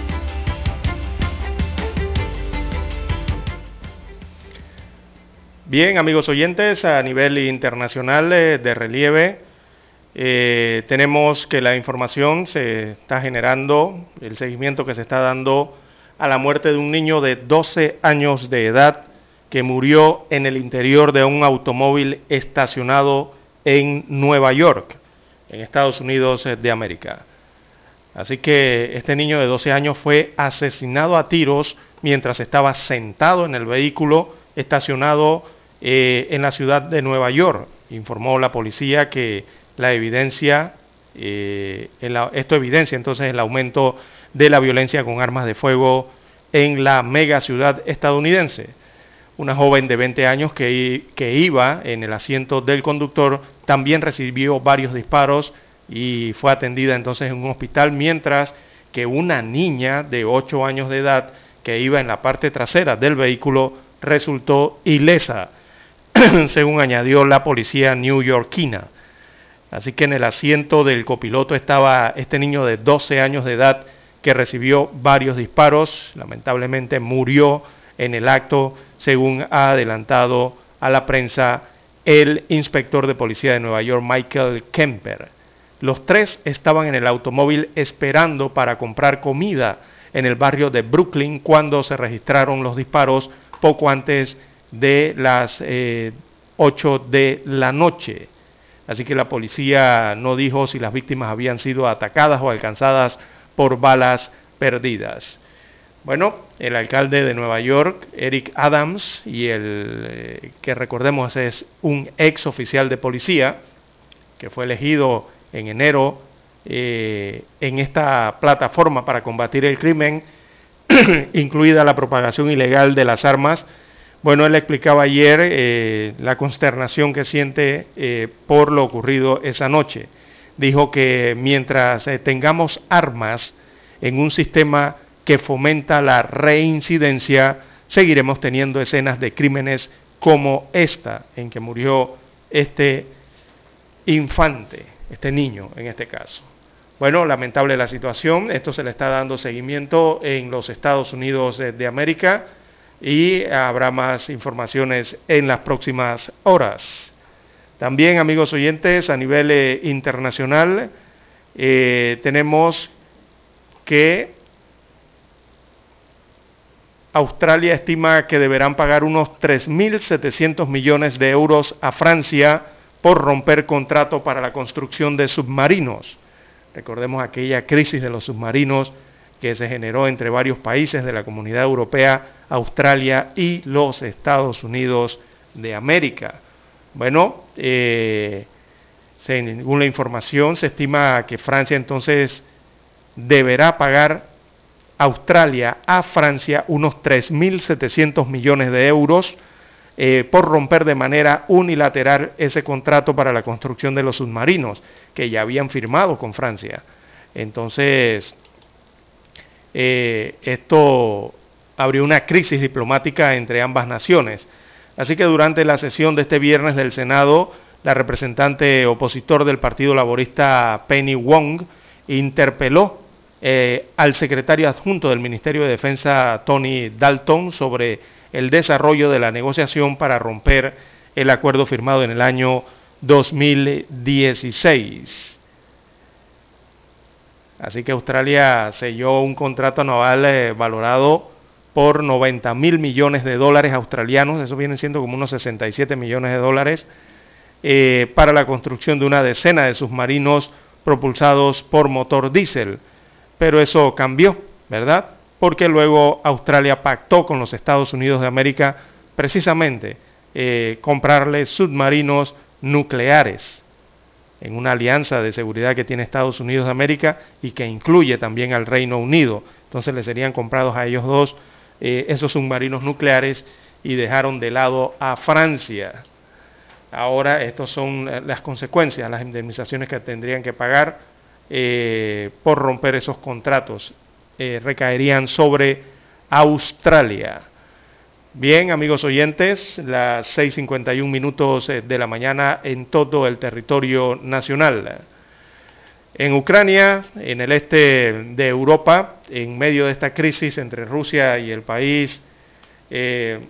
Bien, amigos oyentes, a nivel internacional eh, de relieve, eh, tenemos que la información se está generando, el seguimiento que se está dando a la muerte de un niño de doce años de edad que murió en el interior de un automóvil estacionado en Nueva York, en Estados Unidos de América. Así que este niño de doce años fue asesinado a tiros mientras estaba sentado en el vehículo estacionado eh, en la ciudad de Nueva York. Informó la policía que la evidencia, eh, el, esto evidencia entonces el aumento de la violencia con armas de fuego en la mega ciudad estadounidense. Una joven de veinte años que, que iba en el asiento del conductor también recibió varios disparos y fue atendida entonces en un hospital, mientras que una niña de ocho años de edad que iba en la parte trasera del vehículo resultó ilesa, según añadió la policía neoyorquina. Así que en el asiento del copiloto estaba este niño de doce años de edad que recibió varios disparos. Lamentablemente murió en el acto, según ha adelantado a la prensa el inspector de policía de Nueva York, Michael Kemper. Los tres estaban en el automóvil esperando para comprar comida en el barrio de Brooklyn cuando se registraron los disparos poco antes de las eh, ocho de la noche. Así que la policía no dijo si las víctimas habían sido atacadas o alcanzadas por balas perdidas. Bueno, el alcalde de Nueva York, Eric Adams, y el eh, que recordemos es un ex oficial de policía, que fue elegido en enero eh, en esta plataforma para combatir el crimen, incluida la propagación ilegal de las armas. Bueno, él explicaba ayer eh, la consternación que siente eh, por lo ocurrido esa noche. Dijo que mientras eh, tengamos armas en un sistema que fomenta la reincidencia, seguiremos teniendo escenas de crímenes como esta, en que murió este infante, este niño en este caso. Bueno, lamentable la situación, esto se le está dando seguimiento en los Estados Unidos de América y habrá más informaciones en las próximas horas. También, amigos oyentes, a nivel eh, internacional, eh, tenemos que Australia estima que deberán pagar unos tres mil setecientos millones de euros a Francia por romper contrato para la construcción de submarinos. Recordemos aquella crisis de los submarinos que se generó entre varios países de la Comunidad Europea, Australia y los Estados Unidos de América. Bueno, eh, según la información, se estima que Francia entonces deberá pagar Australia a Francia unos tres mil setecientos millones de euros eh, por romper de manera unilateral ese contrato para la construcción de los submarinos que ya habían firmado con Francia. Entonces, eh, esto abrió una crisis diplomática entre ambas naciones. Así que durante la sesión de este viernes del Senado, la representante opositor del Partido Laborista Penny Wong interpeló eh, al secretario adjunto del Ministerio de Defensa Tony Dalton sobre el desarrollo de la negociación para romper el acuerdo firmado en el año dos mil dieciséis. Así que Australia selló un contrato naval eh, valorado por noventa mil millones de dólares australianos, eso viene siendo como unos sesenta y siete millones de dólares, eh, para la construcción de una decena de submarinos propulsados por motor diésel. Pero eso cambió, ¿verdad? Porque luego Australia pactó con los Estados Unidos de América precisamente eh, comprarle submarinos nucleares en una alianza de seguridad que tiene Estados Unidos de América y que incluye también al Reino Unido. Entonces le serían comprados a ellos dos eh, esos submarinos nucleares y dejaron de lado a Francia. Ahora estas son las consecuencias, las indemnizaciones que tendrían que pagar eh, por romper esos contratos. Eh, recaerían sobre Australia. Bien, amigos oyentes, las seis cincuenta y un minutos de la mañana en todo el territorio nacional. En Ucrania, en el este de Europa, en medio de esta crisis entre Rusia y el país eh,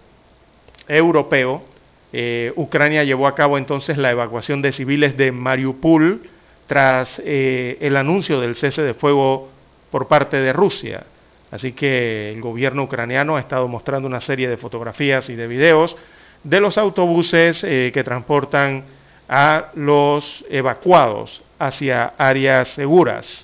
europeo, eh, Ucrania llevó a cabo entonces la evacuación de civiles de Mariupol tras eh, el anuncio del cese de fuego por parte de Rusia. Así que el gobierno ucraniano ha estado mostrando una serie de fotografías y de videos de los autobuses eh, que transportan a los evacuados hacia áreas seguras.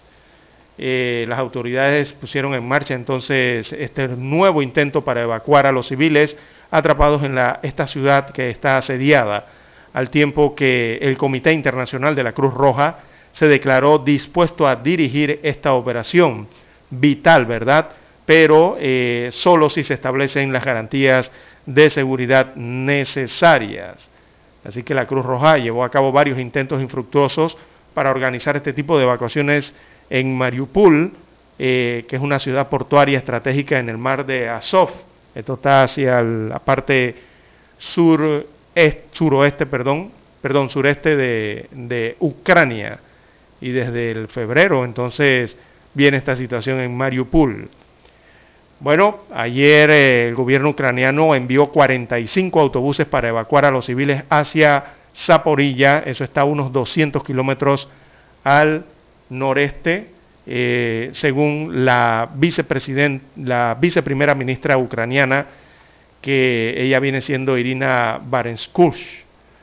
Eh, las autoridades pusieron en marcha entonces este nuevo intento para evacuar a los civiles atrapados en la, esta ciudad que está asediada, al tiempo que el Comité Internacional de la Cruz Roja se declaró dispuesto a dirigir esta operación vital, ¿verdad? Pero eh, solo si se establecen las garantías de seguridad necesarias. Así que la Cruz Roja llevó a cabo varios intentos infructuosos para organizar este tipo de evacuaciones en Mariupol, eh, que es una ciudad portuaria estratégica en el mar de Azov. Esto está hacia la parte sur, est, suroeste, perdón, perdón, sureste de, de Ucrania. Y desde el febrero, entonces, viene esta situación en Mariupol. Bueno, ayer eh, el gobierno ucraniano envió cuarenta y cinco autobuses para evacuar a los civiles hacia Zaporilla, eso está a unos doscientos kilómetros al noreste, eh, según la, vicepresidenta, la viceprimera ministra ucraniana, que ella viene siendo Irina Barentskush.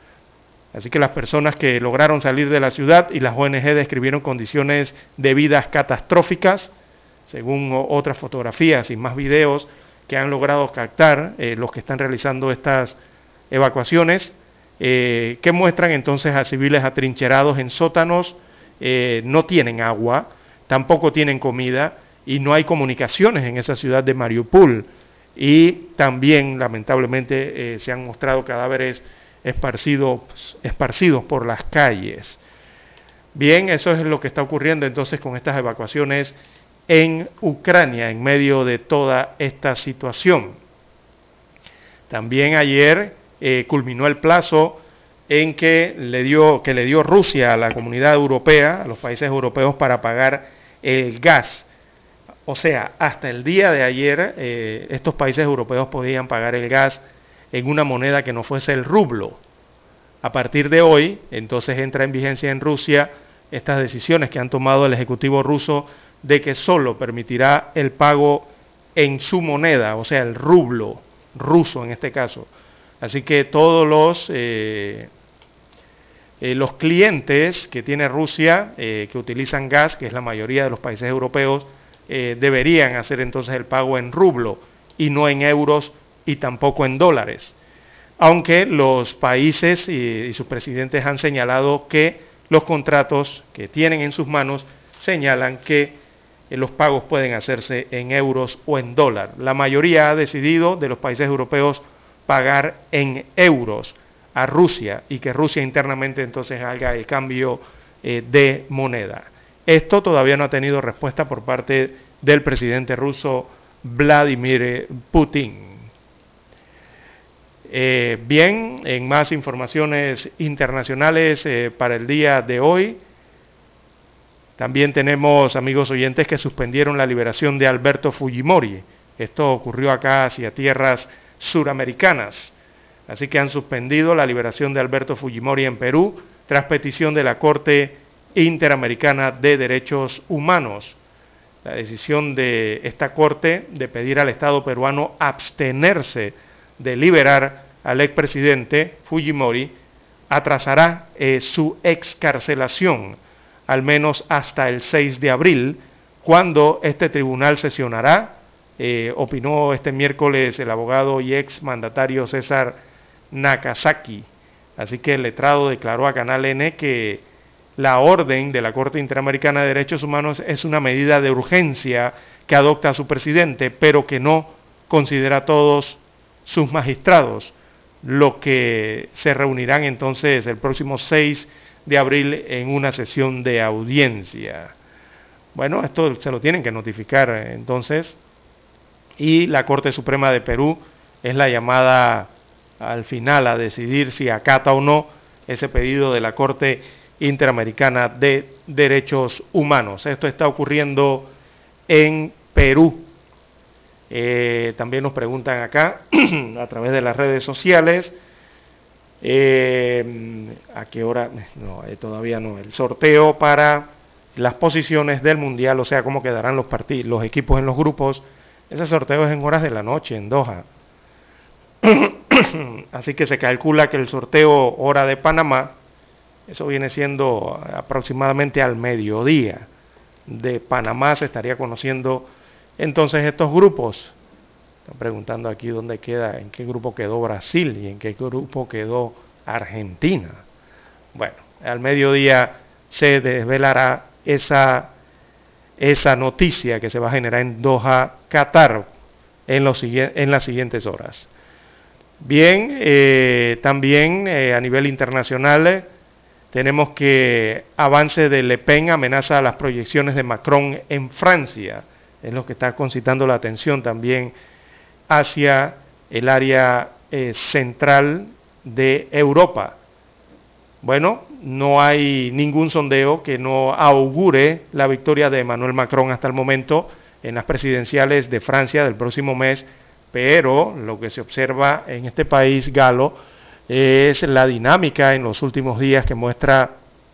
Así que las personas que lograron salir de la ciudad y las O N G describieron condiciones de vida catastróficas, según o, otras fotografías y más videos que han logrado captar eh, los que están realizando estas evacuaciones, eh, que muestran entonces a civiles atrincherados en sótanos, eh, no tienen agua, tampoco tienen comida y no hay comunicaciones en esa ciudad de Mariupol. Y también, lamentablemente, eh, se han mostrado cadáveres esparcidos, esparcidos por las calles. Bien, eso es lo que está ocurriendo entonces con estas evacuaciones en Ucrania, en medio de toda esta situación. También ayer eh, culminó el plazo en que le dio, que le dio Rusia a la comunidad europea, a los países europeos, para pagar el gas. O sea, hasta el día de ayer, eh, estos países europeos podían pagar el gas en una moneda que no fuese el rublo. A partir de hoy, entonces entra en vigencia en Rusia estas decisiones que han tomado el Ejecutivo ruso de que solo permitirá el pago en su moneda, o sea, el rublo ruso en este caso. Así que todos los, eh, eh, los clientes que tiene Rusia, eh, que utilizan gas, que es la mayoría de los países europeos, Eh, deberían hacer entonces el pago en rublo y no en euros y tampoco en dólares. Aunque los países y, y sus presidentes han señalado que los contratos que tienen en sus manos señalan que eh, los pagos pueden hacerse en euros o en dólar. La mayoría ha decidido de los países europeos pagar en euros a Rusia y que Rusia internamente entonces haga el cambio eh, de moneda. Esto todavía no ha tenido respuesta por parte del presidente ruso Vladimir Putin. Eh, bien, en más informaciones internacionales eh, para el día de hoy, también tenemos, amigos oyentes, que suspendieron la liberación de Alberto Fujimori. Esto ocurrió acá hacia tierras suramericanas. Así que han suspendido la liberación de Alberto Fujimori en Perú tras petición de la Corte Interamericana de Derechos Humanos. La decisión de esta Corte de pedir al Estado peruano abstenerse de liberar al expresidente Fujimori atrasará eh, su excarcelación, al menos hasta el seis de abril, cuando este tribunal sesionará, eh, opinó este miércoles el abogado y ex mandatario César Nakazaki. Así que el letrado declaró a Canal N que la orden de la Corte Interamericana de Derechos Humanos es una medida de urgencia que adopta su presidente, pero que no considera a todos sus magistrados, lo que se reunirán entonces el próximo seis de abril en una sesión de audiencia. Bueno, esto se lo tienen que notificar entonces, y la Corte Suprema de Perú es la llamada al final a decidir si acata o no ese pedido de la Corte Interamericana de Derechos Humanos. Esto está ocurriendo en Perú. Eh, también nos preguntan acá, a través de las redes sociales, eh, a qué hora, no, eh, todavía no, el sorteo para las posiciones del Mundial, o sea, cómo quedarán los partidos, los equipos en los grupos. Ese sorteo es en horas de la noche, en Doha. Así que se calcula que el sorteo hora de Panamá, eso viene siendo aproximadamente al mediodía de Panamá, se estaría conociendo entonces estos grupos. Están preguntando aquí dónde queda, en qué grupo quedó Brasil y en qué grupo quedó Argentina. Bueno, al mediodía se desvelará esa, esa noticia que se va a generar en Doha, Qatar, en, los, en las siguientes horas. Bien, eh, también eh, a nivel internacional, eh, tenemos que avance de Le Pen amenaza a las proyecciones de Macron en Francia. Es lo que está concitando la atención también hacia el área eh, central de Europa. Bueno, no hay ningún sondeo que no augure la victoria de Emmanuel Macron hasta el momento en las presidenciales de Francia del próximo mes, pero lo que se observa en este país galo es la dinámica en los últimos días que muestra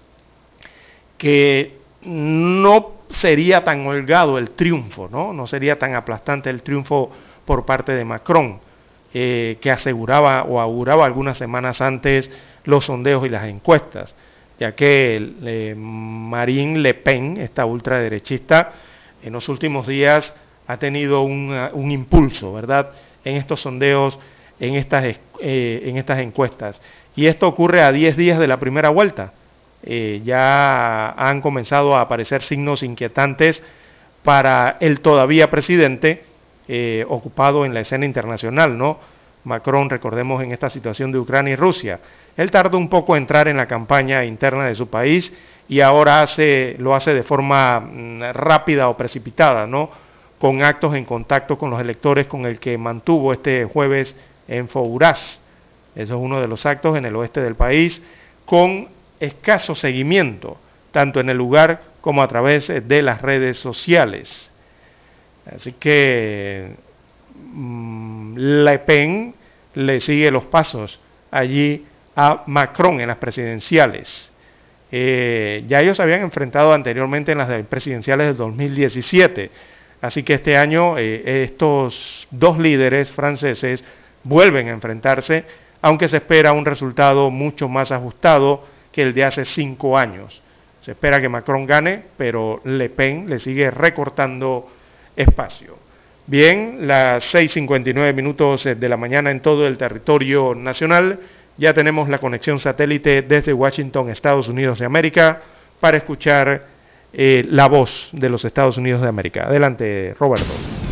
que no sería tan holgado el triunfo, ¿no? No sería tan aplastante el triunfo por parte de Macron, eh, que aseguraba o auguraba algunas semanas antes los sondeos y las encuestas, ya que eh, Marine Le Pen, esta ultraderechista, en los últimos días ha tenido un, un impulso, ¿verdad?, en estos sondeos, en estas, eh, en estas encuestas. Y esto ocurre a diez días de la primera vuelta. Eh, ya han comenzado a aparecer signos inquietantes para el todavía presidente eh, ocupado en la escena internacional, ¿no? Macron, recordemos, en esta situación de Ucrania y Rusia. Él tardó un poco en entrar en la campaña interna de su país y ahora hace, lo hace de forma mm, rápida o precipitada, ¿no?, con actos en contacto con los electores, con el que mantuvo este jueves en Fouras. Eso es uno de los actos en el oeste del país, con escaso seguimiento, tanto en el lugar como a través de las redes sociales. Así que mmm, Le Pen le sigue los pasos allí a Macron en las presidenciales. Eh, ya ellos se habían enfrentado anteriormente en las presidenciales del dos mil diecisiete, así que este año eh, estos dos líderes franceses vuelven a enfrentarse, aunque se espera un resultado mucho más ajustado que el de hace cinco años. Se espera que Macron gane, pero Le Pen le sigue recortando espacio. Bien, las seis cincuenta y nueve minutos de la mañana en todo el territorio nacional. Ya tenemos la conexión satélite desde Washington, Estados Unidos de América, para escuchar eh, la voz de los Estados Unidos de América. Adelante, Roberto.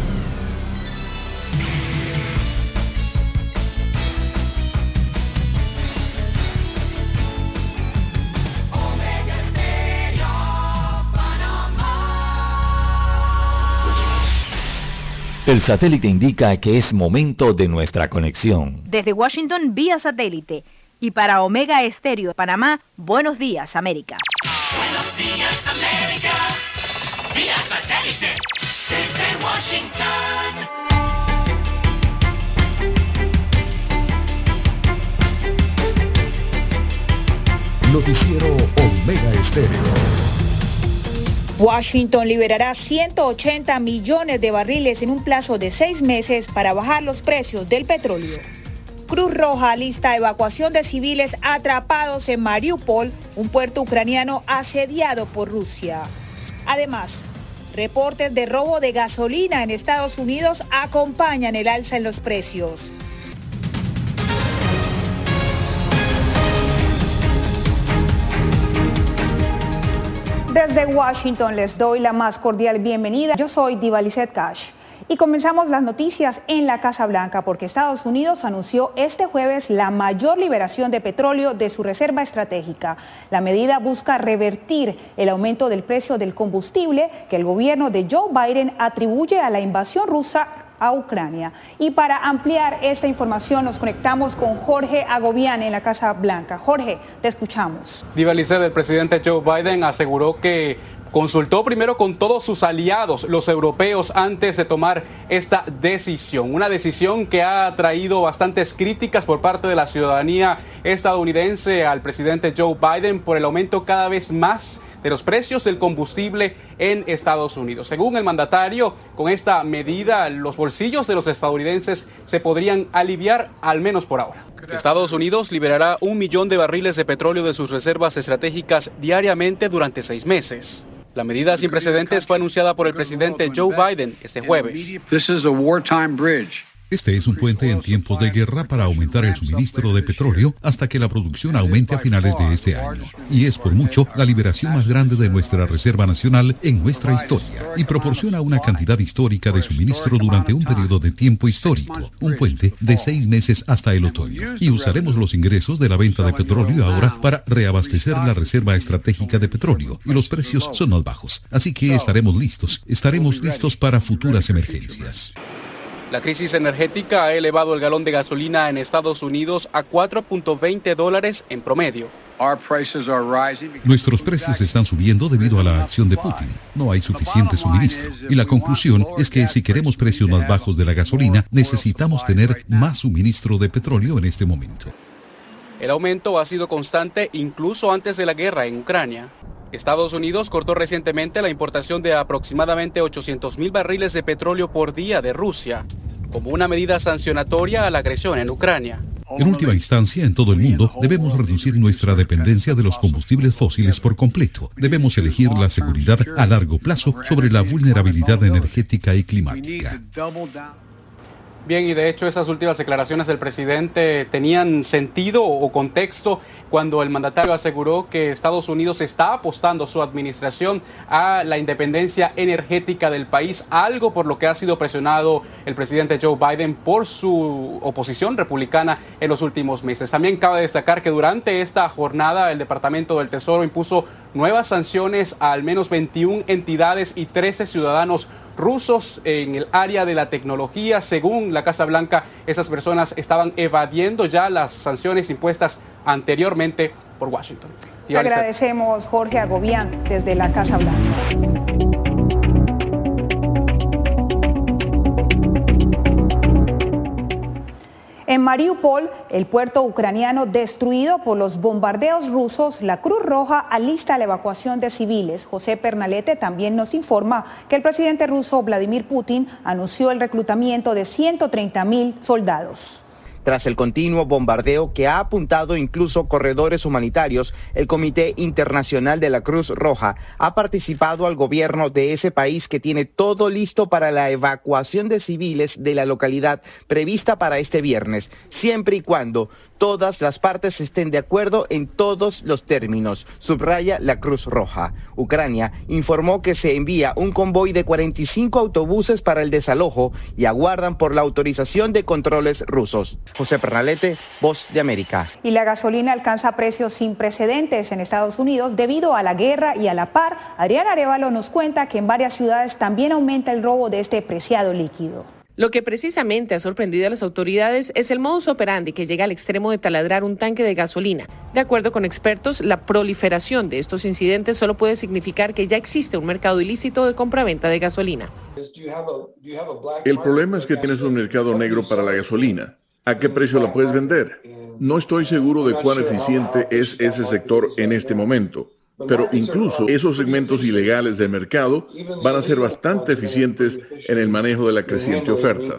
El satélite indica que es momento de nuestra conexión. Desde Washington, vía satélite. Y para Omega Estéreo de Panamá, buenos días, América. Buenos días, América. Vía satélite. Desde Washington. Noticiero Omega Estéreo. Washington liberará ciento ochenta millones de barriles en un plazo de seis meses para bajar los precios del petróleo. Cruz Roja alista evacuación de civiles atrapados en Mariupol, un puerto ucraniano asediado por Rusia. Además, reportes de robo de gasolina en Estados Unidos acompañan el alza en los precios. Desde Washington les doy la más cordial bienvenida. Yo soy Diva Lizette Cash y comenzamos las noticias en la Casa Blanca porque Estados Unidos anunció este jueves la mayor liberación de petróleo de su reserva estratégica. La medida busca revertir el aumento del precio del combustible que el gobierno de Joe Biden atribuye a la invasión rusa a Ucrania. Y para ampliar esta información nos conectamos con Jorge Agobián en la Casa Blanca. Jorge, te escuchamos. Diva Lizette, el presidente Joe Biden aseguró que consultó primero con todos sus aliados, los europeos, antes de tomar esta decisión. Una decisión que ha traído bastantes críticas por parte de la ciudadanía estadounidense al presidente Joe Biden por el aumento cada vez más de los precios del combustible en Estados Unidos. Según el mandatario, con esta medida los bolsillos de los estadounidenses se podrían aliviar, al menos por ahora. Estados Unidos liberará un millón de barriles de petróleo de sus reservas estratégicas diariamente durante seis meses. La medida sin precedentes fue anunciada por el presidente Joe Biden este jueves. Este es un puente en tiempos de guerra para aumentar el suministro de petróleo hasta que la producción aumente a finales de este año. Y es por mucho la liberación más grande de nuestra Reserva Nacional en nuestra historia y proporciona una cantidad histórica de suministro durante un periodo de tiempo histórico, un puente de seis meses hasta el otoño. Y usaremos los ingresos de la venta de petróleo ahora para reabastecer la Reserva Estratégica de Petróleo y los precios son más bajos. Así que estaremos listos, estaremos listos para futuras emergencias. La crisis energética ha elevado el galón de gasolina en Estados Unidos a cuatro punto veinte dólares en promedio. Nuestros precios están subiendo debido a la acción de Putin. No hay suficiente suministro. Y la conclusión es que si queremos precios más bajos de la gasolina, necesitamos tener más suministro de petróleo en este momento. El aumento ha sido constante incluso antes de la guerra en Ucrania. Estados Unidos cortó recientemente la importación de aproximadamente ochocientos mil barriles de petróleo por día de Rusia, como una medida sancionatoria a la agresión en Ucrania. En última instancia, en todo el mundo, debemos reducir nuestra dependencia de los combustibles fósiles por completo. Debemos elegir la seguridad a largo plazo sobre la vulnerabilidad energética y climática. Bien, y de hecho esas últimas declaraciones del presidente tenían sentido o contexto cuando el mandatario aseguró que Estados Unidos está apostando su administración a la independencia energética del país, algo por lo que ha sido presionado el presidente Joe Biden por su oposición republicana en los últimos meses. También cabe destacar que durante esta jornada el Departamento del Tesoro impuso nuevas sanciones a al menos veintiuna entidades y trece ciudadanos rusos en el área de la tecnología. Según la Casa Blanca, esas personas estaban evadiendo ya las sanciones impuestas anteriormente por Washington. Y Te agradecemos, Jorge Agobián, desde la Casa Blanca. En Mariupol, el puerto ucraniano destruido por los bombardeos rusos, la Cruz Roja alista la evacuación de civiles. José Pernalete también nos informa que el presidente ruso Vladimir Putin anunció el reclutamiento de ciento treinta mil soldados. Tras el continuo bombardeo que ha apuntado incluso corredores humanitarios, el Comité Internacional de la Cruz Roja ha participado al gobierno de ese país que tiene todo listo para la evacuación de civiles de la localidad prevista para este viernes, siempre y cuando todas las partes estén de acuerdo en todos los términos, subraya la Cruz Roja. Ucrania informó que se envía un convoy de cuarenta y cinco autobuses para el desalojo y aguardan por la autorización de controles rusos. José Pernalete, Voz de América. Y la gasolina alcanza precios sin precedentes en Estados Unidos debido a la guerra y a la par. Adrián Arevalo nos cuenta que en varias ciudades también aumenta el robo de este preciado líquido. Lo que precisamente ha sorprendido a las autoridades es el modus operandi que llega al extremo de taladrar un tanque de gasolina. De acuerdo con expertos, la proliferación de estos incidentes solo puede significar que ya existe un mercado ilícito de compraventa de gasolina. El problema es que tienes un mercado negro para la gasolina. ¿A qué precio la puedes vender? No estoy seguro de cuán eficiente es ese sector en este momento. Pero incluso esos segmentos ilegales del mercado van a ser bastante eficientes en el manejo de la creciente oferta.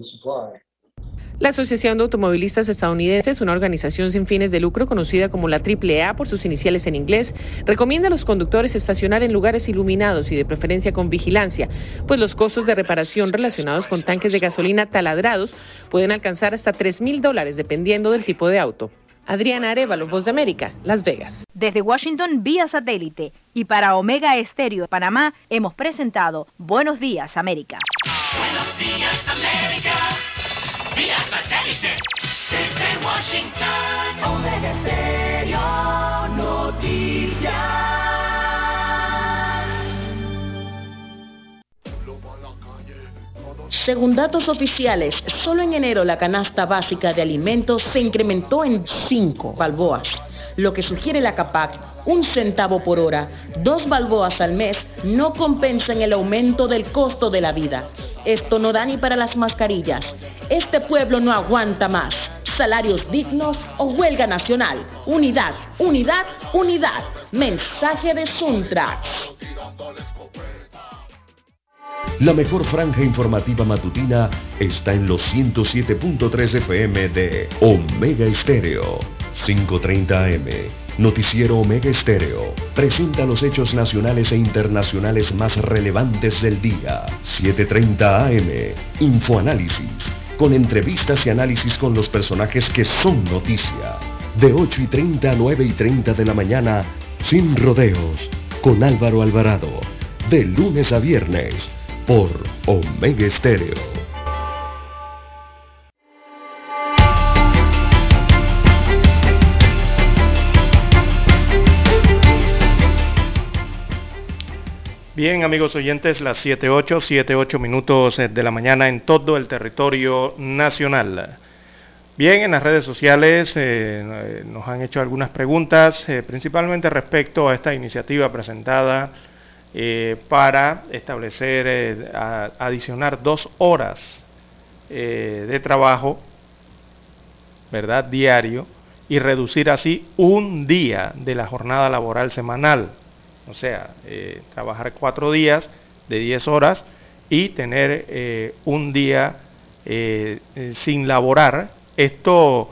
La Asociación de Automovilistas Estadounidenses, una organización sin fines de lucro conocida como la triple A por sus iniciales en inglés, recomienda a los conductores estacionar en lugares iluminados y de preferencia con vigilancia, pues los costos de reparación relacionados con tanques de gasolina taladrados pueden alcanzar hasta tres mil dólares dependiendo del tipo de auto. Adriana Arevalo, Voz de América, Las Vegas. Desde Washington, vía satélite. Y para Omega Estéreo de Panamá, hemos presentado Buenos Días, América. Buenos Días, América. Vía satélite. Desde Washington, Omega Estéreo Noticias. Según datos oficiales, solo en enero la canasta básica de alimentos se incrementó en cinco balboas, lo que sugiere la CAPAC, un centavo por hora, dos balboas al mes, no compensan el aumento del costo de la vida. Esto no da ni para las mascarillas. Este pueblo no aguanta más. Salarios dignos o huelga nacional. Unidad, unidad, unidad. Mensaje de Suntrax. La mejor franja informativa matutina está en los ciento siete punto tres F M de Omega Estéreo. cinco treinta A M. Noticiero Omega Estéreo. Presenta los hechos nacionales e internacionales más relevantes del día. siete treinta A M. Infoanálisis. Con entrevistas y análisis con los personajes que son noticia. De ocho y treinta a nueve y treinta de la mañana. Sin rodeos. Con Álvaro Alvarado. De lunes a viernes. Por Omega Estéreo. Bien, amigos oyentes, las siete ocho, siete ocho minutos de la mañana en todo el territorio nacional. Bien, en las redes sociales eh, nos han hecho algunas preguntas, eh, principalmente respecto a esta iniciativa presentada Eh, para establecer, eh, a, adicionar dos horas eh, de trabajo, ¿verdad?, diario, y reducir así un día de la jornada laboral semanal. O sea, eh, trabajar cuatro días de diez horas y tener eh, un día eh, sin laborar. Esto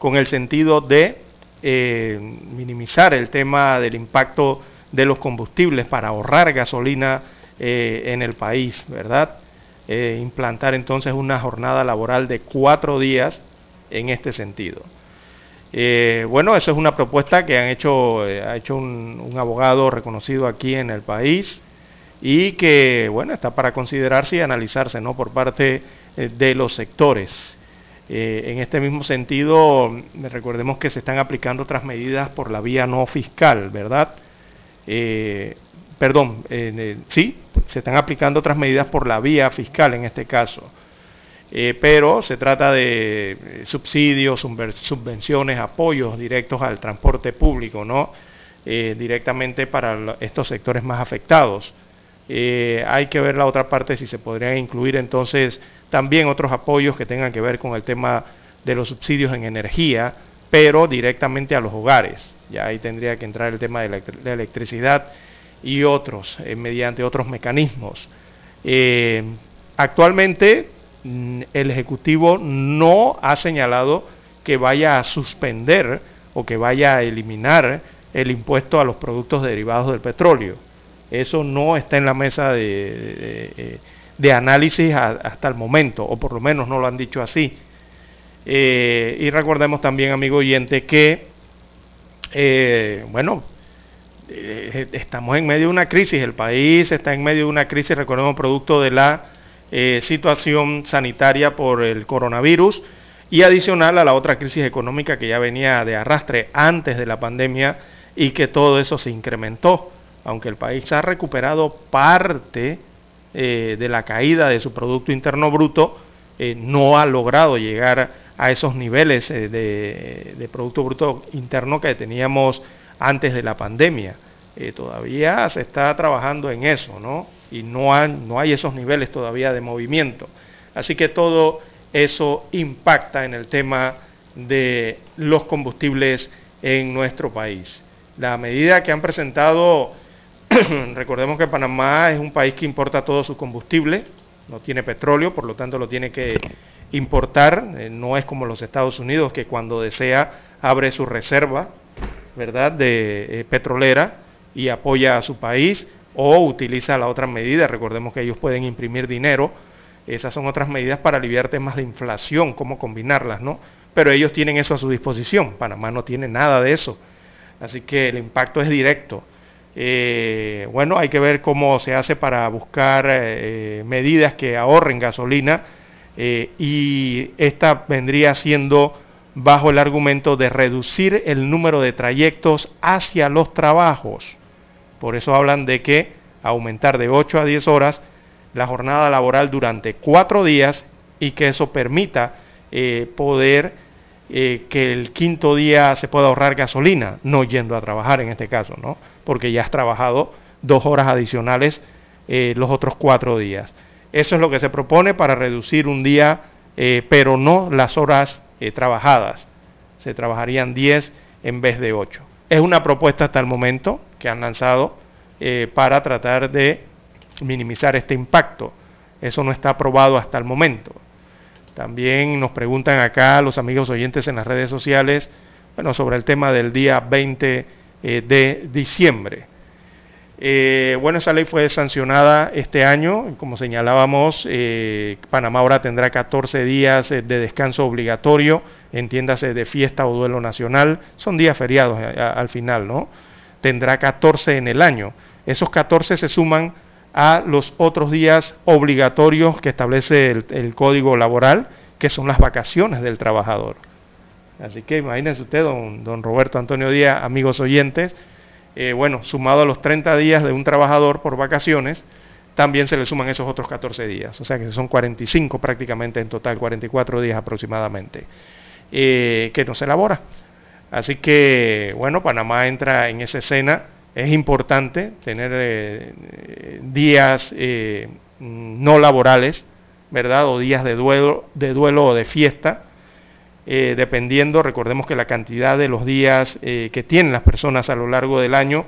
con el sentido de eh, minimizar el tema del impacto de los combustibles para ahorrar gasolina eh, en el país, ¿verdad? Eh, implantar entonces una jornada laboral de cuatro días en este sentido. Eh, bueno, eso es una propuesta que han hecho, eh, ha hecho un, un abogado reconocido aquí en el país y que, bueno, está para considerarse y analizarse, ¿no?, por parte eh, de los sectores. Eh, en este mismo sentido, recordemos que se están aplicando otras medidas por la vía no fiscal, ¿verdad? Eh, perdón, eh, sí, se están aplicando otras medidas por la vía fiscal en este caso. Eh, pero se trata de eh, subsidios, subvenciones, apoyos directos al transporte público, ¿no? Eh, directamente para lo, estos sectores más afectados. Eh, hay que ver la otra parte, si se podrían incluir entonces también otros apoyos que tengan que ver con el tema de los subsidios en energía, pero directamente a los hogares. Ya ahí tendría que entrar el tema de la de electricidad y otros, eh, mediante otros mecanismos. Eh, actualmente el Ejecutivo no ha señalado que vaya a suspender o que vaya a eliminar el impuesto a los productos derivados del petróleo. Eso no está en la mesa de, de, de análisis a, hasta el momento, o por lo menos no lo han dicho así. Eh, y recordemos también, amigo oyente, que, eh, bueno, eh, estamos en medio de una crisis, el país está en medio de una crisis, recordemos, producto de la Eh, situación sanitaria por el coronavirus y adicional a la otra crisis económica que ya venía de arrastre antes de la pandemia y que todo eso se incrementó, aunque el país ha recuperado parte eh, de la caída de su Producto Interno Bruto, eh, no ha logrado llegar a esos niveles eh, de, de Producto Bruto Interno que teníamos antes de la pandemia. Eh, todavía se está trabajando en eso, ¿no? Y no, han, no hay esos niveles todavía de movimiento. Así que todo eso impacta en el tema de los combustibles en nuestro país. La medida que han presentado, recordemos que Panamá es un país que importa todo su combustible, no tiene petróleo, por lo tanto lo tiene que importar, eh, no es como los Estados Unidos que cuando desea abre su reserva, ¿verdad?, de eh, petrolera y apoya a su país, o utiliza la otra medida. Recordemos que ellos pueden imprimir dinero, esas son otras medidas para aliviar temas de inflación, cómo combinarlas, ¿no? Pero ellos tienen eso a su disposición, Panamá no tiene nada de eso, así que el impacto es directo. Eh, bueno, hay que ver cómo se hace para buscar eh, medidas que ahorren gasolina, eh, y esta vendría siendo bajo el argumento de reducir el número de trayectos hacia los trabajos. Por eso hablan de que aumentar de ocho a diez horas la jornada laboral durante cuatro días y que eso permita eh, poder eh, que el quinto día se pueda ahorrar gasolina, no yendo a trabajar en este caso, ¿no? Porque ya has trabajado dos horas adicionales eh, los otros cuatro días. Eso es lo que se propone para reducir un día, eh, pero no las horas eh, trabajadas. Se trabajarían diez en vez de ocho. Es una propuesta hasta el momento que han lanzado eh, para tratar de minimizar este impacto. Eso no está aprobado hasta el momento. También nos preguntan acá los amigos oyentes en las redes sociales, bueno, sobre el tema del día veinte eh, de diciembre. Eh, bueno, esa ley fue sancionada este año, como señalábamos, eh, Panamá ahora tendrá catorce días eh, de descanso obligatorio, entiéndase de fiesta o duelo nacional, son días feriados a, a, al final, ¿no? Tendrá catorce en el año. Esos catorce se suman a los otros días obligatorios que establece el, el Código Laboral, que son las vacaciones del trabajador. Así que imagínense usted, don, don Roberto Antonio Díaz, amigos oyentes, eh, bueno, sumado a los treinta días de un trabajador por vacaciones, también se le suman esos otros catorce días, o sea que son cuarenta y cinco prácticamente en total, cuarenta y cuatro días aproximadamente, eh, que no se elabora. Así que, bueno, Panamá entra en esa escena. Es importante tener eh, días eh, no laborales, ¿verdad? O días de duelo, de duelo o de fiesta, eh, dependiendo, recordemos que la cantidad de los días eh, que tienen las personas a lo largo del año,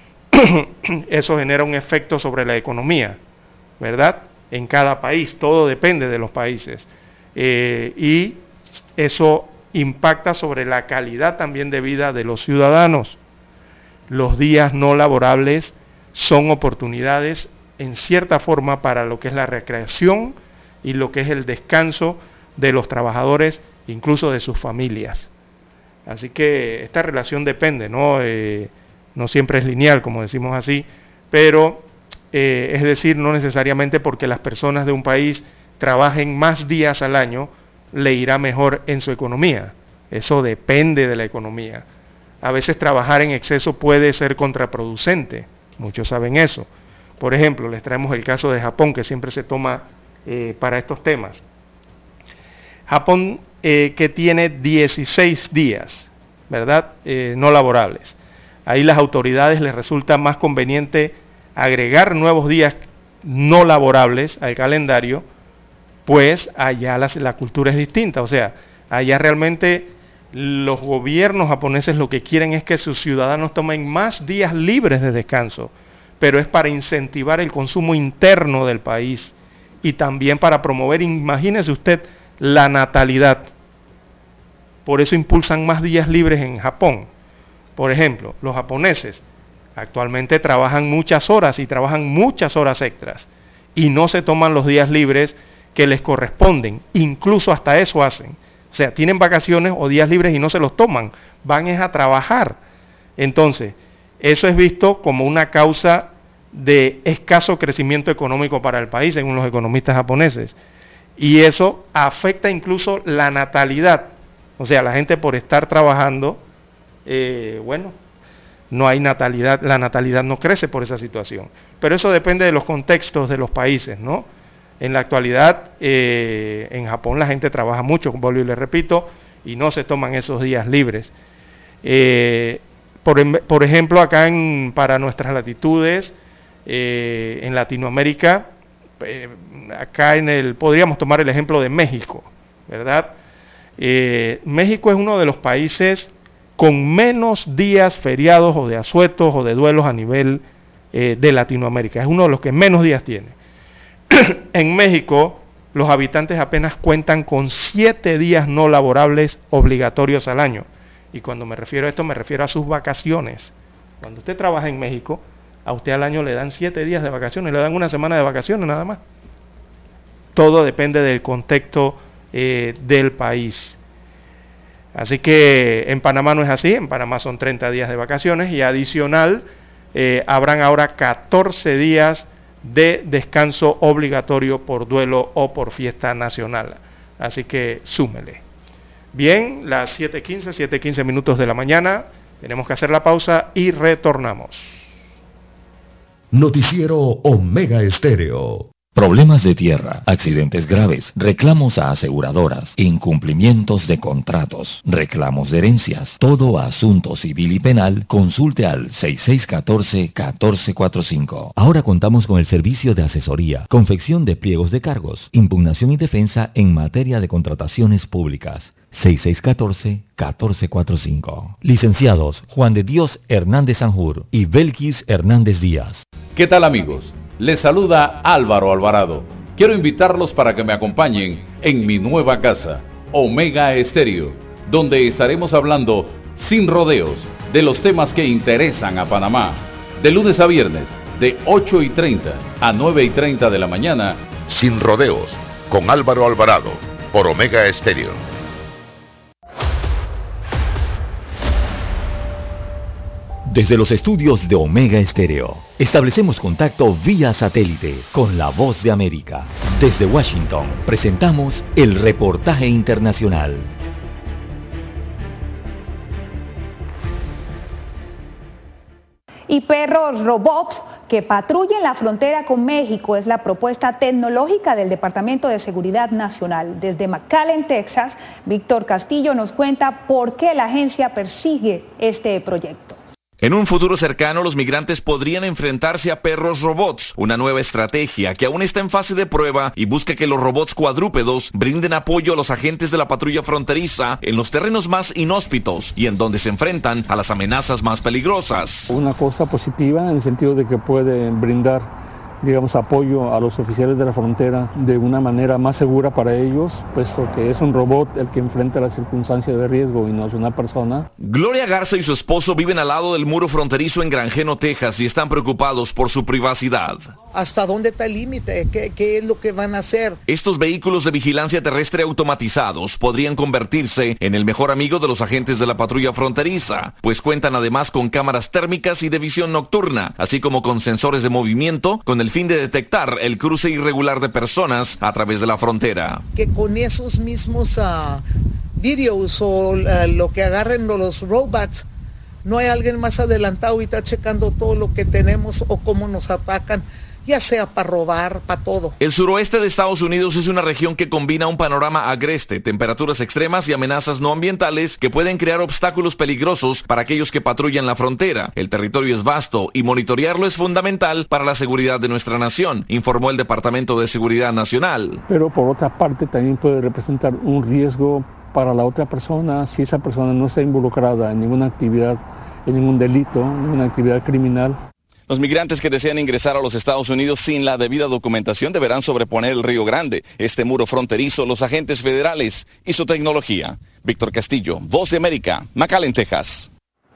eso genera un efecto sobre la economía, ¿verdad? En cada país, todo depende de los países. Eh, y eso impacta sobre la calidad también de vida de los ciudadanos. Los días no laborables son oportunidades en cierta forma para lo que es la recreación y lo que es el descanso de los trabajadores, incluso de sus familias. Así que esta relación depende, ¿no? Eh, no siempre es lineal, como decimos así, pero eh, es decir, no necesariamente porque las personas de un país trabajen más días al año, le irá mejor en su economía. Eso depende de la economía. A veces trabajar en exceso puede ser contraproducente, muchos saben eso. Por ejemplo, les traemos el caso de Japón, que siempre se toma eh, para estos temas. Japón, eh, que tiene dieciséis días, ¿verdad?, eh, no laborables. Ahí las autoridades les resulta más conveniente agregar nuevos días no laborables al calendario, pues allá la, la cultura es distinta. O sea, allá realmente los gobiernos japoneses lo que quieren es que sus ciudadanos tomen más días libres de descanso, pero es para incentivar el consumo interno del país y también para promover, imagínese usted, la natalidad. Por eso impulsan más días libres en Japón. Por ejemplo, los japoneses actualmente trabajan muchas horas y trabajan muchas horas extras y no se toman los días libres que les corresponden, incluso hasta eso hacen. O sea, tienen vacaciones o días libres y no se los toman, van es a trabajar. Entonces, eso es visto como una causa de escaso crecimiento económico para el país, según los economistas japoneses. Y eso afecta incluso la natalidad. O sea, la gente por estar trabajando, eh, bueno, no hay natalidad, la natalidad no crece por esa situación. Pero eso depende de los contextos de los países, ¿no? En la actualidad, eh, en Japón la gente trabaja mucho, como vuelvo y le repito, y no se toman esos días libres. Eh, por, por ejemplo, acá en, para nuestras latitudes, eh, en Latinoamérica, eh, acá en el, podríamos tomar el ejemplo de México, ¿verdad? Eh, México es uno de los países con menos días feriados o de asuetos o de duelos a nivel eh, de Latinoamérica. Es uno de los que menos días tiene. En México, los habitantes apenas cuentan con siete días no laborables obligatorios al año. Y cuando me refiero a esto, me refiero a sus vacaciones. Cuando usted trabaja en México, a usted al año le dan siete días de vacaciones, le dan una semana de vacaciones nada más. Todo depende del contexto eh, del país. Así que en Panamá no es así, en Panamá son treinta días de vacaciones y adicional eh, habrán ahora catorce días de descanso obligatorio por duelo o por fiesta nacional. Así que súmele. Bien, las siete quince, siete quince minutos de la mañana, tenemos que hacer la pausa y retornamos. Noticiero Omega Estéreo. Problemas de tierra, accidentes graves, reclamos a aseguradoras, incumplimientos de contratos, reclamos de herencias, todo asunto civil y penal, consulte al seis seis uno cuatro, uno cuatro cuatro cinco. Ahora contamos con el servicio de asesoría, confección de pliegos de cargos, impugnación y defensa en materia de contrataciones públicas. seis seis uno cuatro, uno cuatro cuatro cinco. Licenciados Juan de Dios Hernández Sanjur y Belkis Hernández Díaz. ¿Qué tal, amigos? Les saluda Álvaro Alvarado. Quiero invitarlos para que me acompañen en mi nueva casa, Omega Estéreo, donde estaremos hablando sin rodeos de los temas que interesan a Panamá. De lunes a viernes, de ocho y treinta a nueve y treinta de la mañana. Sin rodeos, con Álvaro Alvarado, por Omega Estéreo. Desde los estudios de Omega Estéreo, establecemos contacto vía satélite con la Voz de América. Desde Washington, presentamos el reportaje internacional. Y perros robots que patrullen la frontera con México es la propuesta tecnológica del Departamento de Seguridad Nacional. Desde McAllen, Texas, Víctor Castillo nos cuenta por qué la agencia persigue este proyecto. En un futuro cercano, los migrantes podrían enfrentarse a perros robots, una nueva estrategia que aún está en fase de prueba y busca que los robots cuadrúpedos brinden apoyo a los agentes de la patrulla fronteriza en los terrenos más inhóspitos y en donde se enfrentan a las amenazas más peligrosas. Una cosa positiva en el sentido de que puede brindar digamos, apoyo a los oficiales de la frontera de una manera más segura para ellos, puesto que es un robot el que enfrenta las circunstancias de riesgo y no es una persona. Gloria Garza y su esposo viven al lado del muro fronterizo en Granjeno, Texas, y están preocupados por su privacidad. ¿Hasta dónde está el límite? ¿Qué, ¿Qué es lo que van a hacer? Estos vehículos de vigilancia terrestre automatizados podrían convertirse en el mejor amigo de los agentes de la patrulla fronteriza, pues cuentan además con cámaras térmicas y de visión nocturna, así como con sensores de movimiento, con el fin de detectar el cruce irregular de personas a través de la frontera. Que con esos mismos uh, videos o uh, lo que agarren los robots, no hay alguien más adelantado y está checando todo lo que tenemos o cómo nos atacan, ya sea para robar, para todo. El suroeste de Estados Unidos es una región que combina un panorama agreste, temperaturas extremas y amenazas no ambientales que pueden crear obstáculos peligrosos para aquellos que patrullan la frontera. El territorio es vasto y monitorearlo es fundamental para la seguridad de nuestra nación, informó el Departamento de Seguridad Nacional. Pero por otra parte también puede representar un riesgo para la otra persona si esa persona no está involucrada en ninguna actividad, en ningún delito, en ninguna actividad criminal. Los migrantes que desean ingresar a los Estados Unidos sin la debida documentación deberán sobreponer el Río Grande, este muro fronterizo, los agentes federales y su tecnología. Víctor Castillo, Voz de América, McAllen, Texas.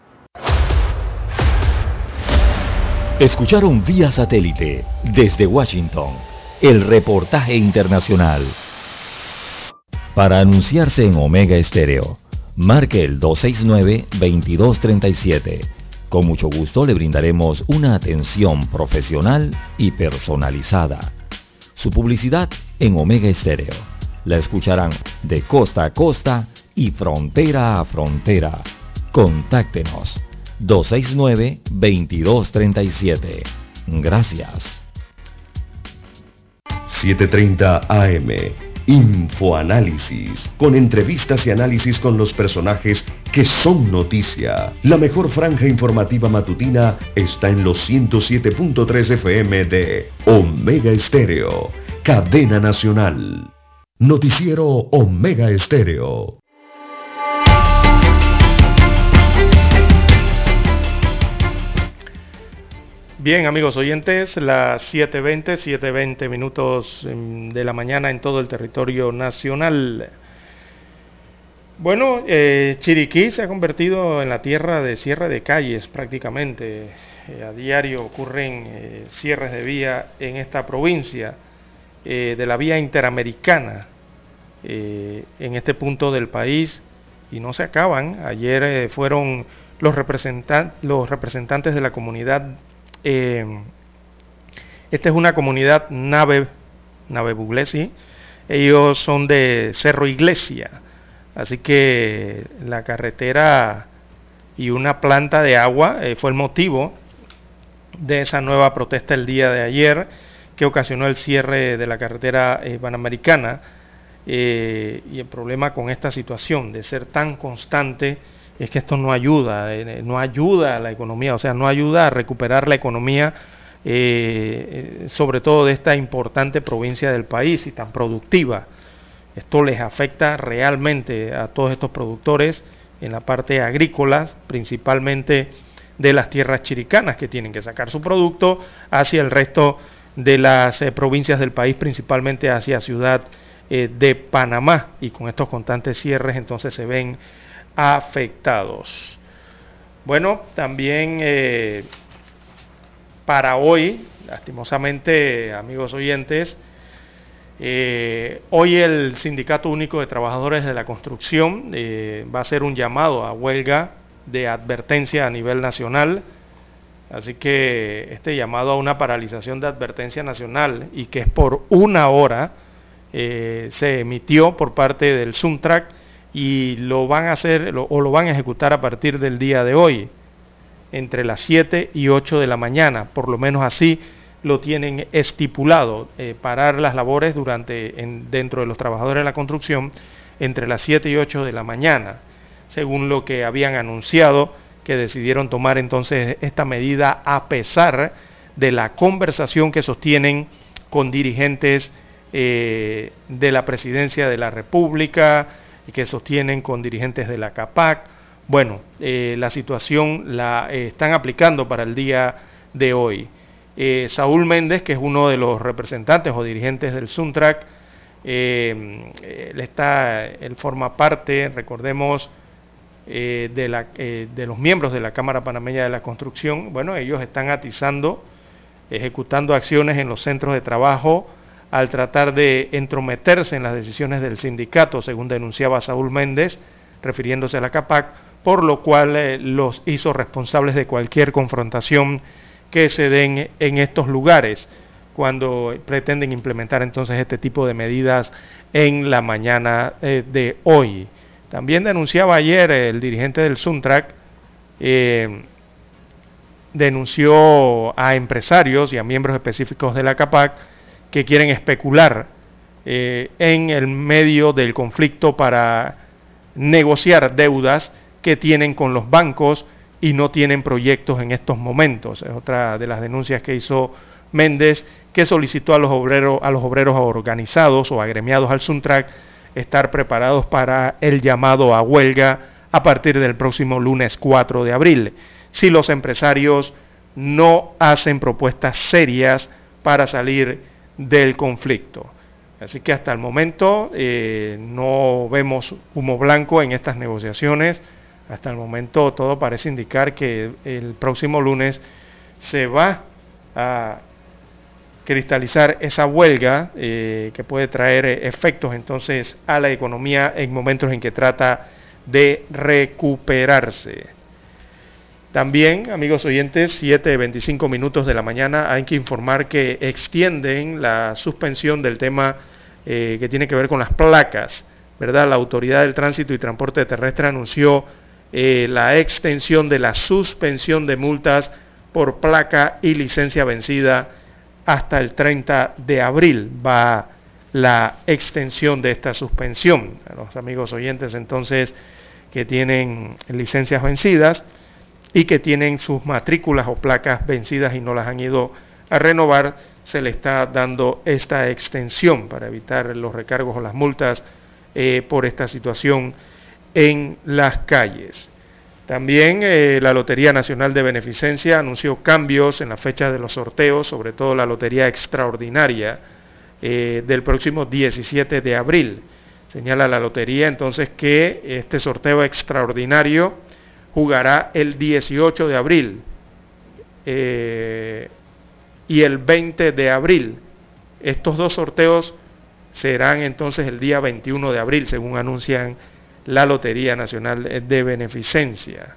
Escucharon vía satélite desde Washington el reportaje internacional. Para anunciarse en Omega Estéreo, marque el dos seis nueve, veintidós treinta y siete. Con mucho gusto le brindaremos una atención profesional y personalizada. Su publicidad en Omega Estéreo. La escucharán de costa a costa y frontera a frontera. Contáctenos dos seis nueve, veintidós treinta y siete. Gracias. siete treinta A M. Infoanálisis, con entrevistas y análisis con los personajes que son noticia. La mejor franja informativa matutina está en los ciento siete punto tres F M de Omega Estéreo, cadena nacional. Noticiero Omega Estéreo. Bien, amigos oyentes, las siete veinte, siete veinte minutos de la mañana en todo el territorio nacional. Bueno, eh, Chiriquí se ha convertido en la tierra de cierre de calles prácticamente. Eh, a diario ocurren eh, cierres de vía en esta provincia, eh, de la vía interamericana, eh, en este punto del país, y no se acaban. Ayer eh, fueron los, representan- los representantes de la comunidad. Eh, esta es una comunidad Nave, Nave Buglesi. Ellos son de Cerro Iglesia, así que la carretera y una planta de agua eh, fue el motivo de esa nueva protesta el día de ayer, que ocasionó el cierre de la carretera eh, panamericana. Eh, y el problema con esta situación de ser tan constante es que esto no ayuda, eh, no ayuda a la economía, o sea, no ayuda a recuperar la economía, eh, sobre todo de esta importante provincia del país y tan productiva. Esto les afecta realmente a todos estos productores en la parte agrícola, principalmente de las tierras chiricanas, que tienen que sacar su producto hacia el resto de las eh, provincias del país, principalmente hacia Ciudad eh, de Panamá, y con estos constantes cierres entonces se ven afectados. Bueno, también eh, para hoy, lastimosamente, amigos oyentes, eh, hoy el Sindicato Único de Trabajadores de la Construcción eh, va a hacer un llamado a huelga de advertencia a nivel nacional. Así que este llamado a una paralización de advertencia nacional, y que es por una hora, eh, se emitió por parte del Suntrack, y lo van a hacer lo, o lo van a ejecutar a partir del día de hoy, entre las siete y ocho de la mañana, por lo menos así lo tienen estipulado, eh, parar las labores durante en, dentro de los trabajadores de la construcción entre las siete y ocho de la mañana, según lo que habían anunciado, que decidieron tomar entonces esta medida a pesar de la conversación que sostienen con dirigentes eh, de la Presidencia de la República, y que sostienen con dirigentes de la CAPAC. Bueno, eh, la situación la eh, están aplicando para el día de hoy. Eh, Saúl Méndez, que es uno de los representantes o dirigentes del Suntrack, eh, él, está, él forma parte, recordemos, eh, de, la, eh, de los miembros de la Cámara Panameña de la Construcción. Bueno, ellos están atizando, ejecutando acciones en los centros de trabajo al tratar de entrometerse en las decisiones del sindicato, según denunciaba Saúl Méndez, refiriéndose a la CAPAC, por lo cual eh, los hizo responsables de cualquier confrontación que se den en estos lugares cuando pretenden implementar entonces este tipo de medidas en la mañana eh, de hoy. También denunciaba ayer eh, el dirigente del Suntrack, eh, denunció a empresarios y a miembros específicos de la CAPAC que quieren especular eh, en el medio del conflicto para negociar deudas que tienen con los bancos y no tienen proyectos en estos momentos. Es otra de las denuncias que hizo Méndez, que solicitó a los obreros, a los obreros organizados o agremiados al Suntrack estar preparados para el llamado a huelga a partir del próximo lunes cuatro de abril, si los empresarios no hacen propuestas serias para salir del conflicto. Así que hasta el momento eh, no vemos humo blanco en estas negociaciones. Hasta el momento todo parece indicar que el próximo lunes se va a cristalizar esa huelga eh, que puede traer eh, efectos entonces a la economía en momentos en que trata de recuperarse. También, amigos oyentes, siete veinticinco minutos de la mañana, hay que informar que extienden la suspensión del tema eh, que tiene que ver con las placas, ¿verdad? La Autoridad del Tránsito y Transporte Terrestre anunció eh, la extensión de la suspensión de multas por placa y licencia vencida hasta el treinta de abril. Va la extensión de esta suspensión. A los amigos oyentes entonces que tienen licencias vencidas y que tienen sus matrículas o placas vencidas y no las han ido a renovar, se le está dando esta extensión para evitar los recargos o las multas eh, por esta situación en las calles. También eh, la Lotería Nacional de Beneficencia anunció cambios en la fecha de los sorteos, sobre todo la Lotería Extraordinaria eh, del próximo diecisiete de abril. Señala la Lotería entonces que este sorteo extraordinario jugará el dieciocho de abril eh, y el veinte de abril. Estos dos sorteos serán entonces el día veintiuno de abril, según anuncian la Lotería Nacional de Beneficencia.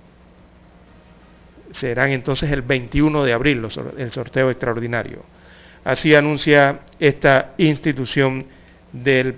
Serán entonces el veintiuno de abril los, el sorteo extraordinario. Así anuncia esta institución del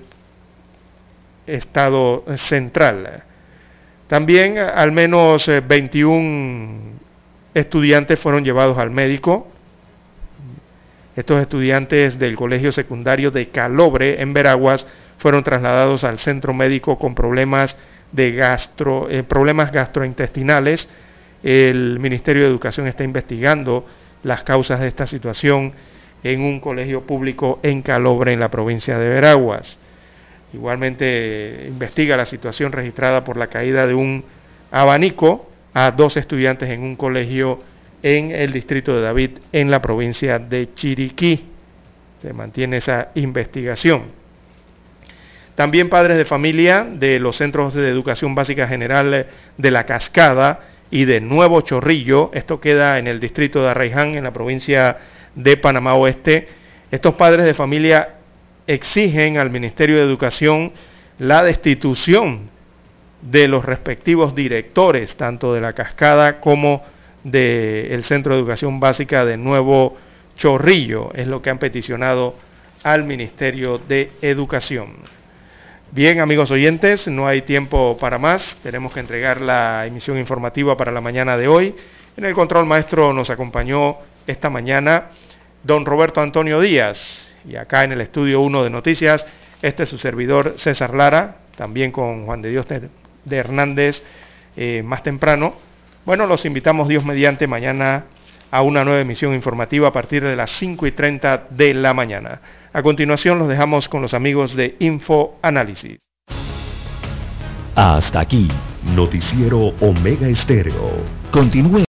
Estado Central. También al menos veintiún estudiantes fueron llevados al médico. Estos estudiantes del Colegio Secundario de Calobre, en Veraguas, fueron trasladados al centro médico con problemas, de gastro, eh, problemas gastrointestinales. El Ministerio de Educación está investigando las causas de esta situación en un colegio público en Calobre, en la provincia de Veraguas. Igualmente investiga la situación registrada por la caída de un abanico a dos estudiantes en un colegio en el distrito de David, en la provincia de Chiriquí. Se mantiene esa investigación. También padres de familia de los centros de educación básica general de La Cascada y de Nuevo Chorrillo, esto queda en el distrito de Arraiján, en la provincia de Panamá Oeste. Estos padres de familia exigen al Ministerio de Educación la destitución de los respectivos directores, tanto de La Cascada como del Centro de Educación Básica de Nuevo Chorrillo. Es lo que han peticionado al Ministerio de Educación. Bien, amigos oyentes, no hay tiempo para más. Tenemos que entregar la emisión informativa para la mañana de hoy. En el control maestro nos acompañó esta mañana don Roberto Antonio Díaz. Y acá en el estudio uno de Noticias, este es su servidor César Lara, también con Juan de Dios de Hernández eh, más temprano. Bueno, los invitamos Dios mediante mañana a una nueva emisión informativa a partir de las cinco y treinta de la mañana. A continuación los dejamos con los amigos de Info Análisis. Hasta aquí, Noticiero Omega Estéreo. Continúe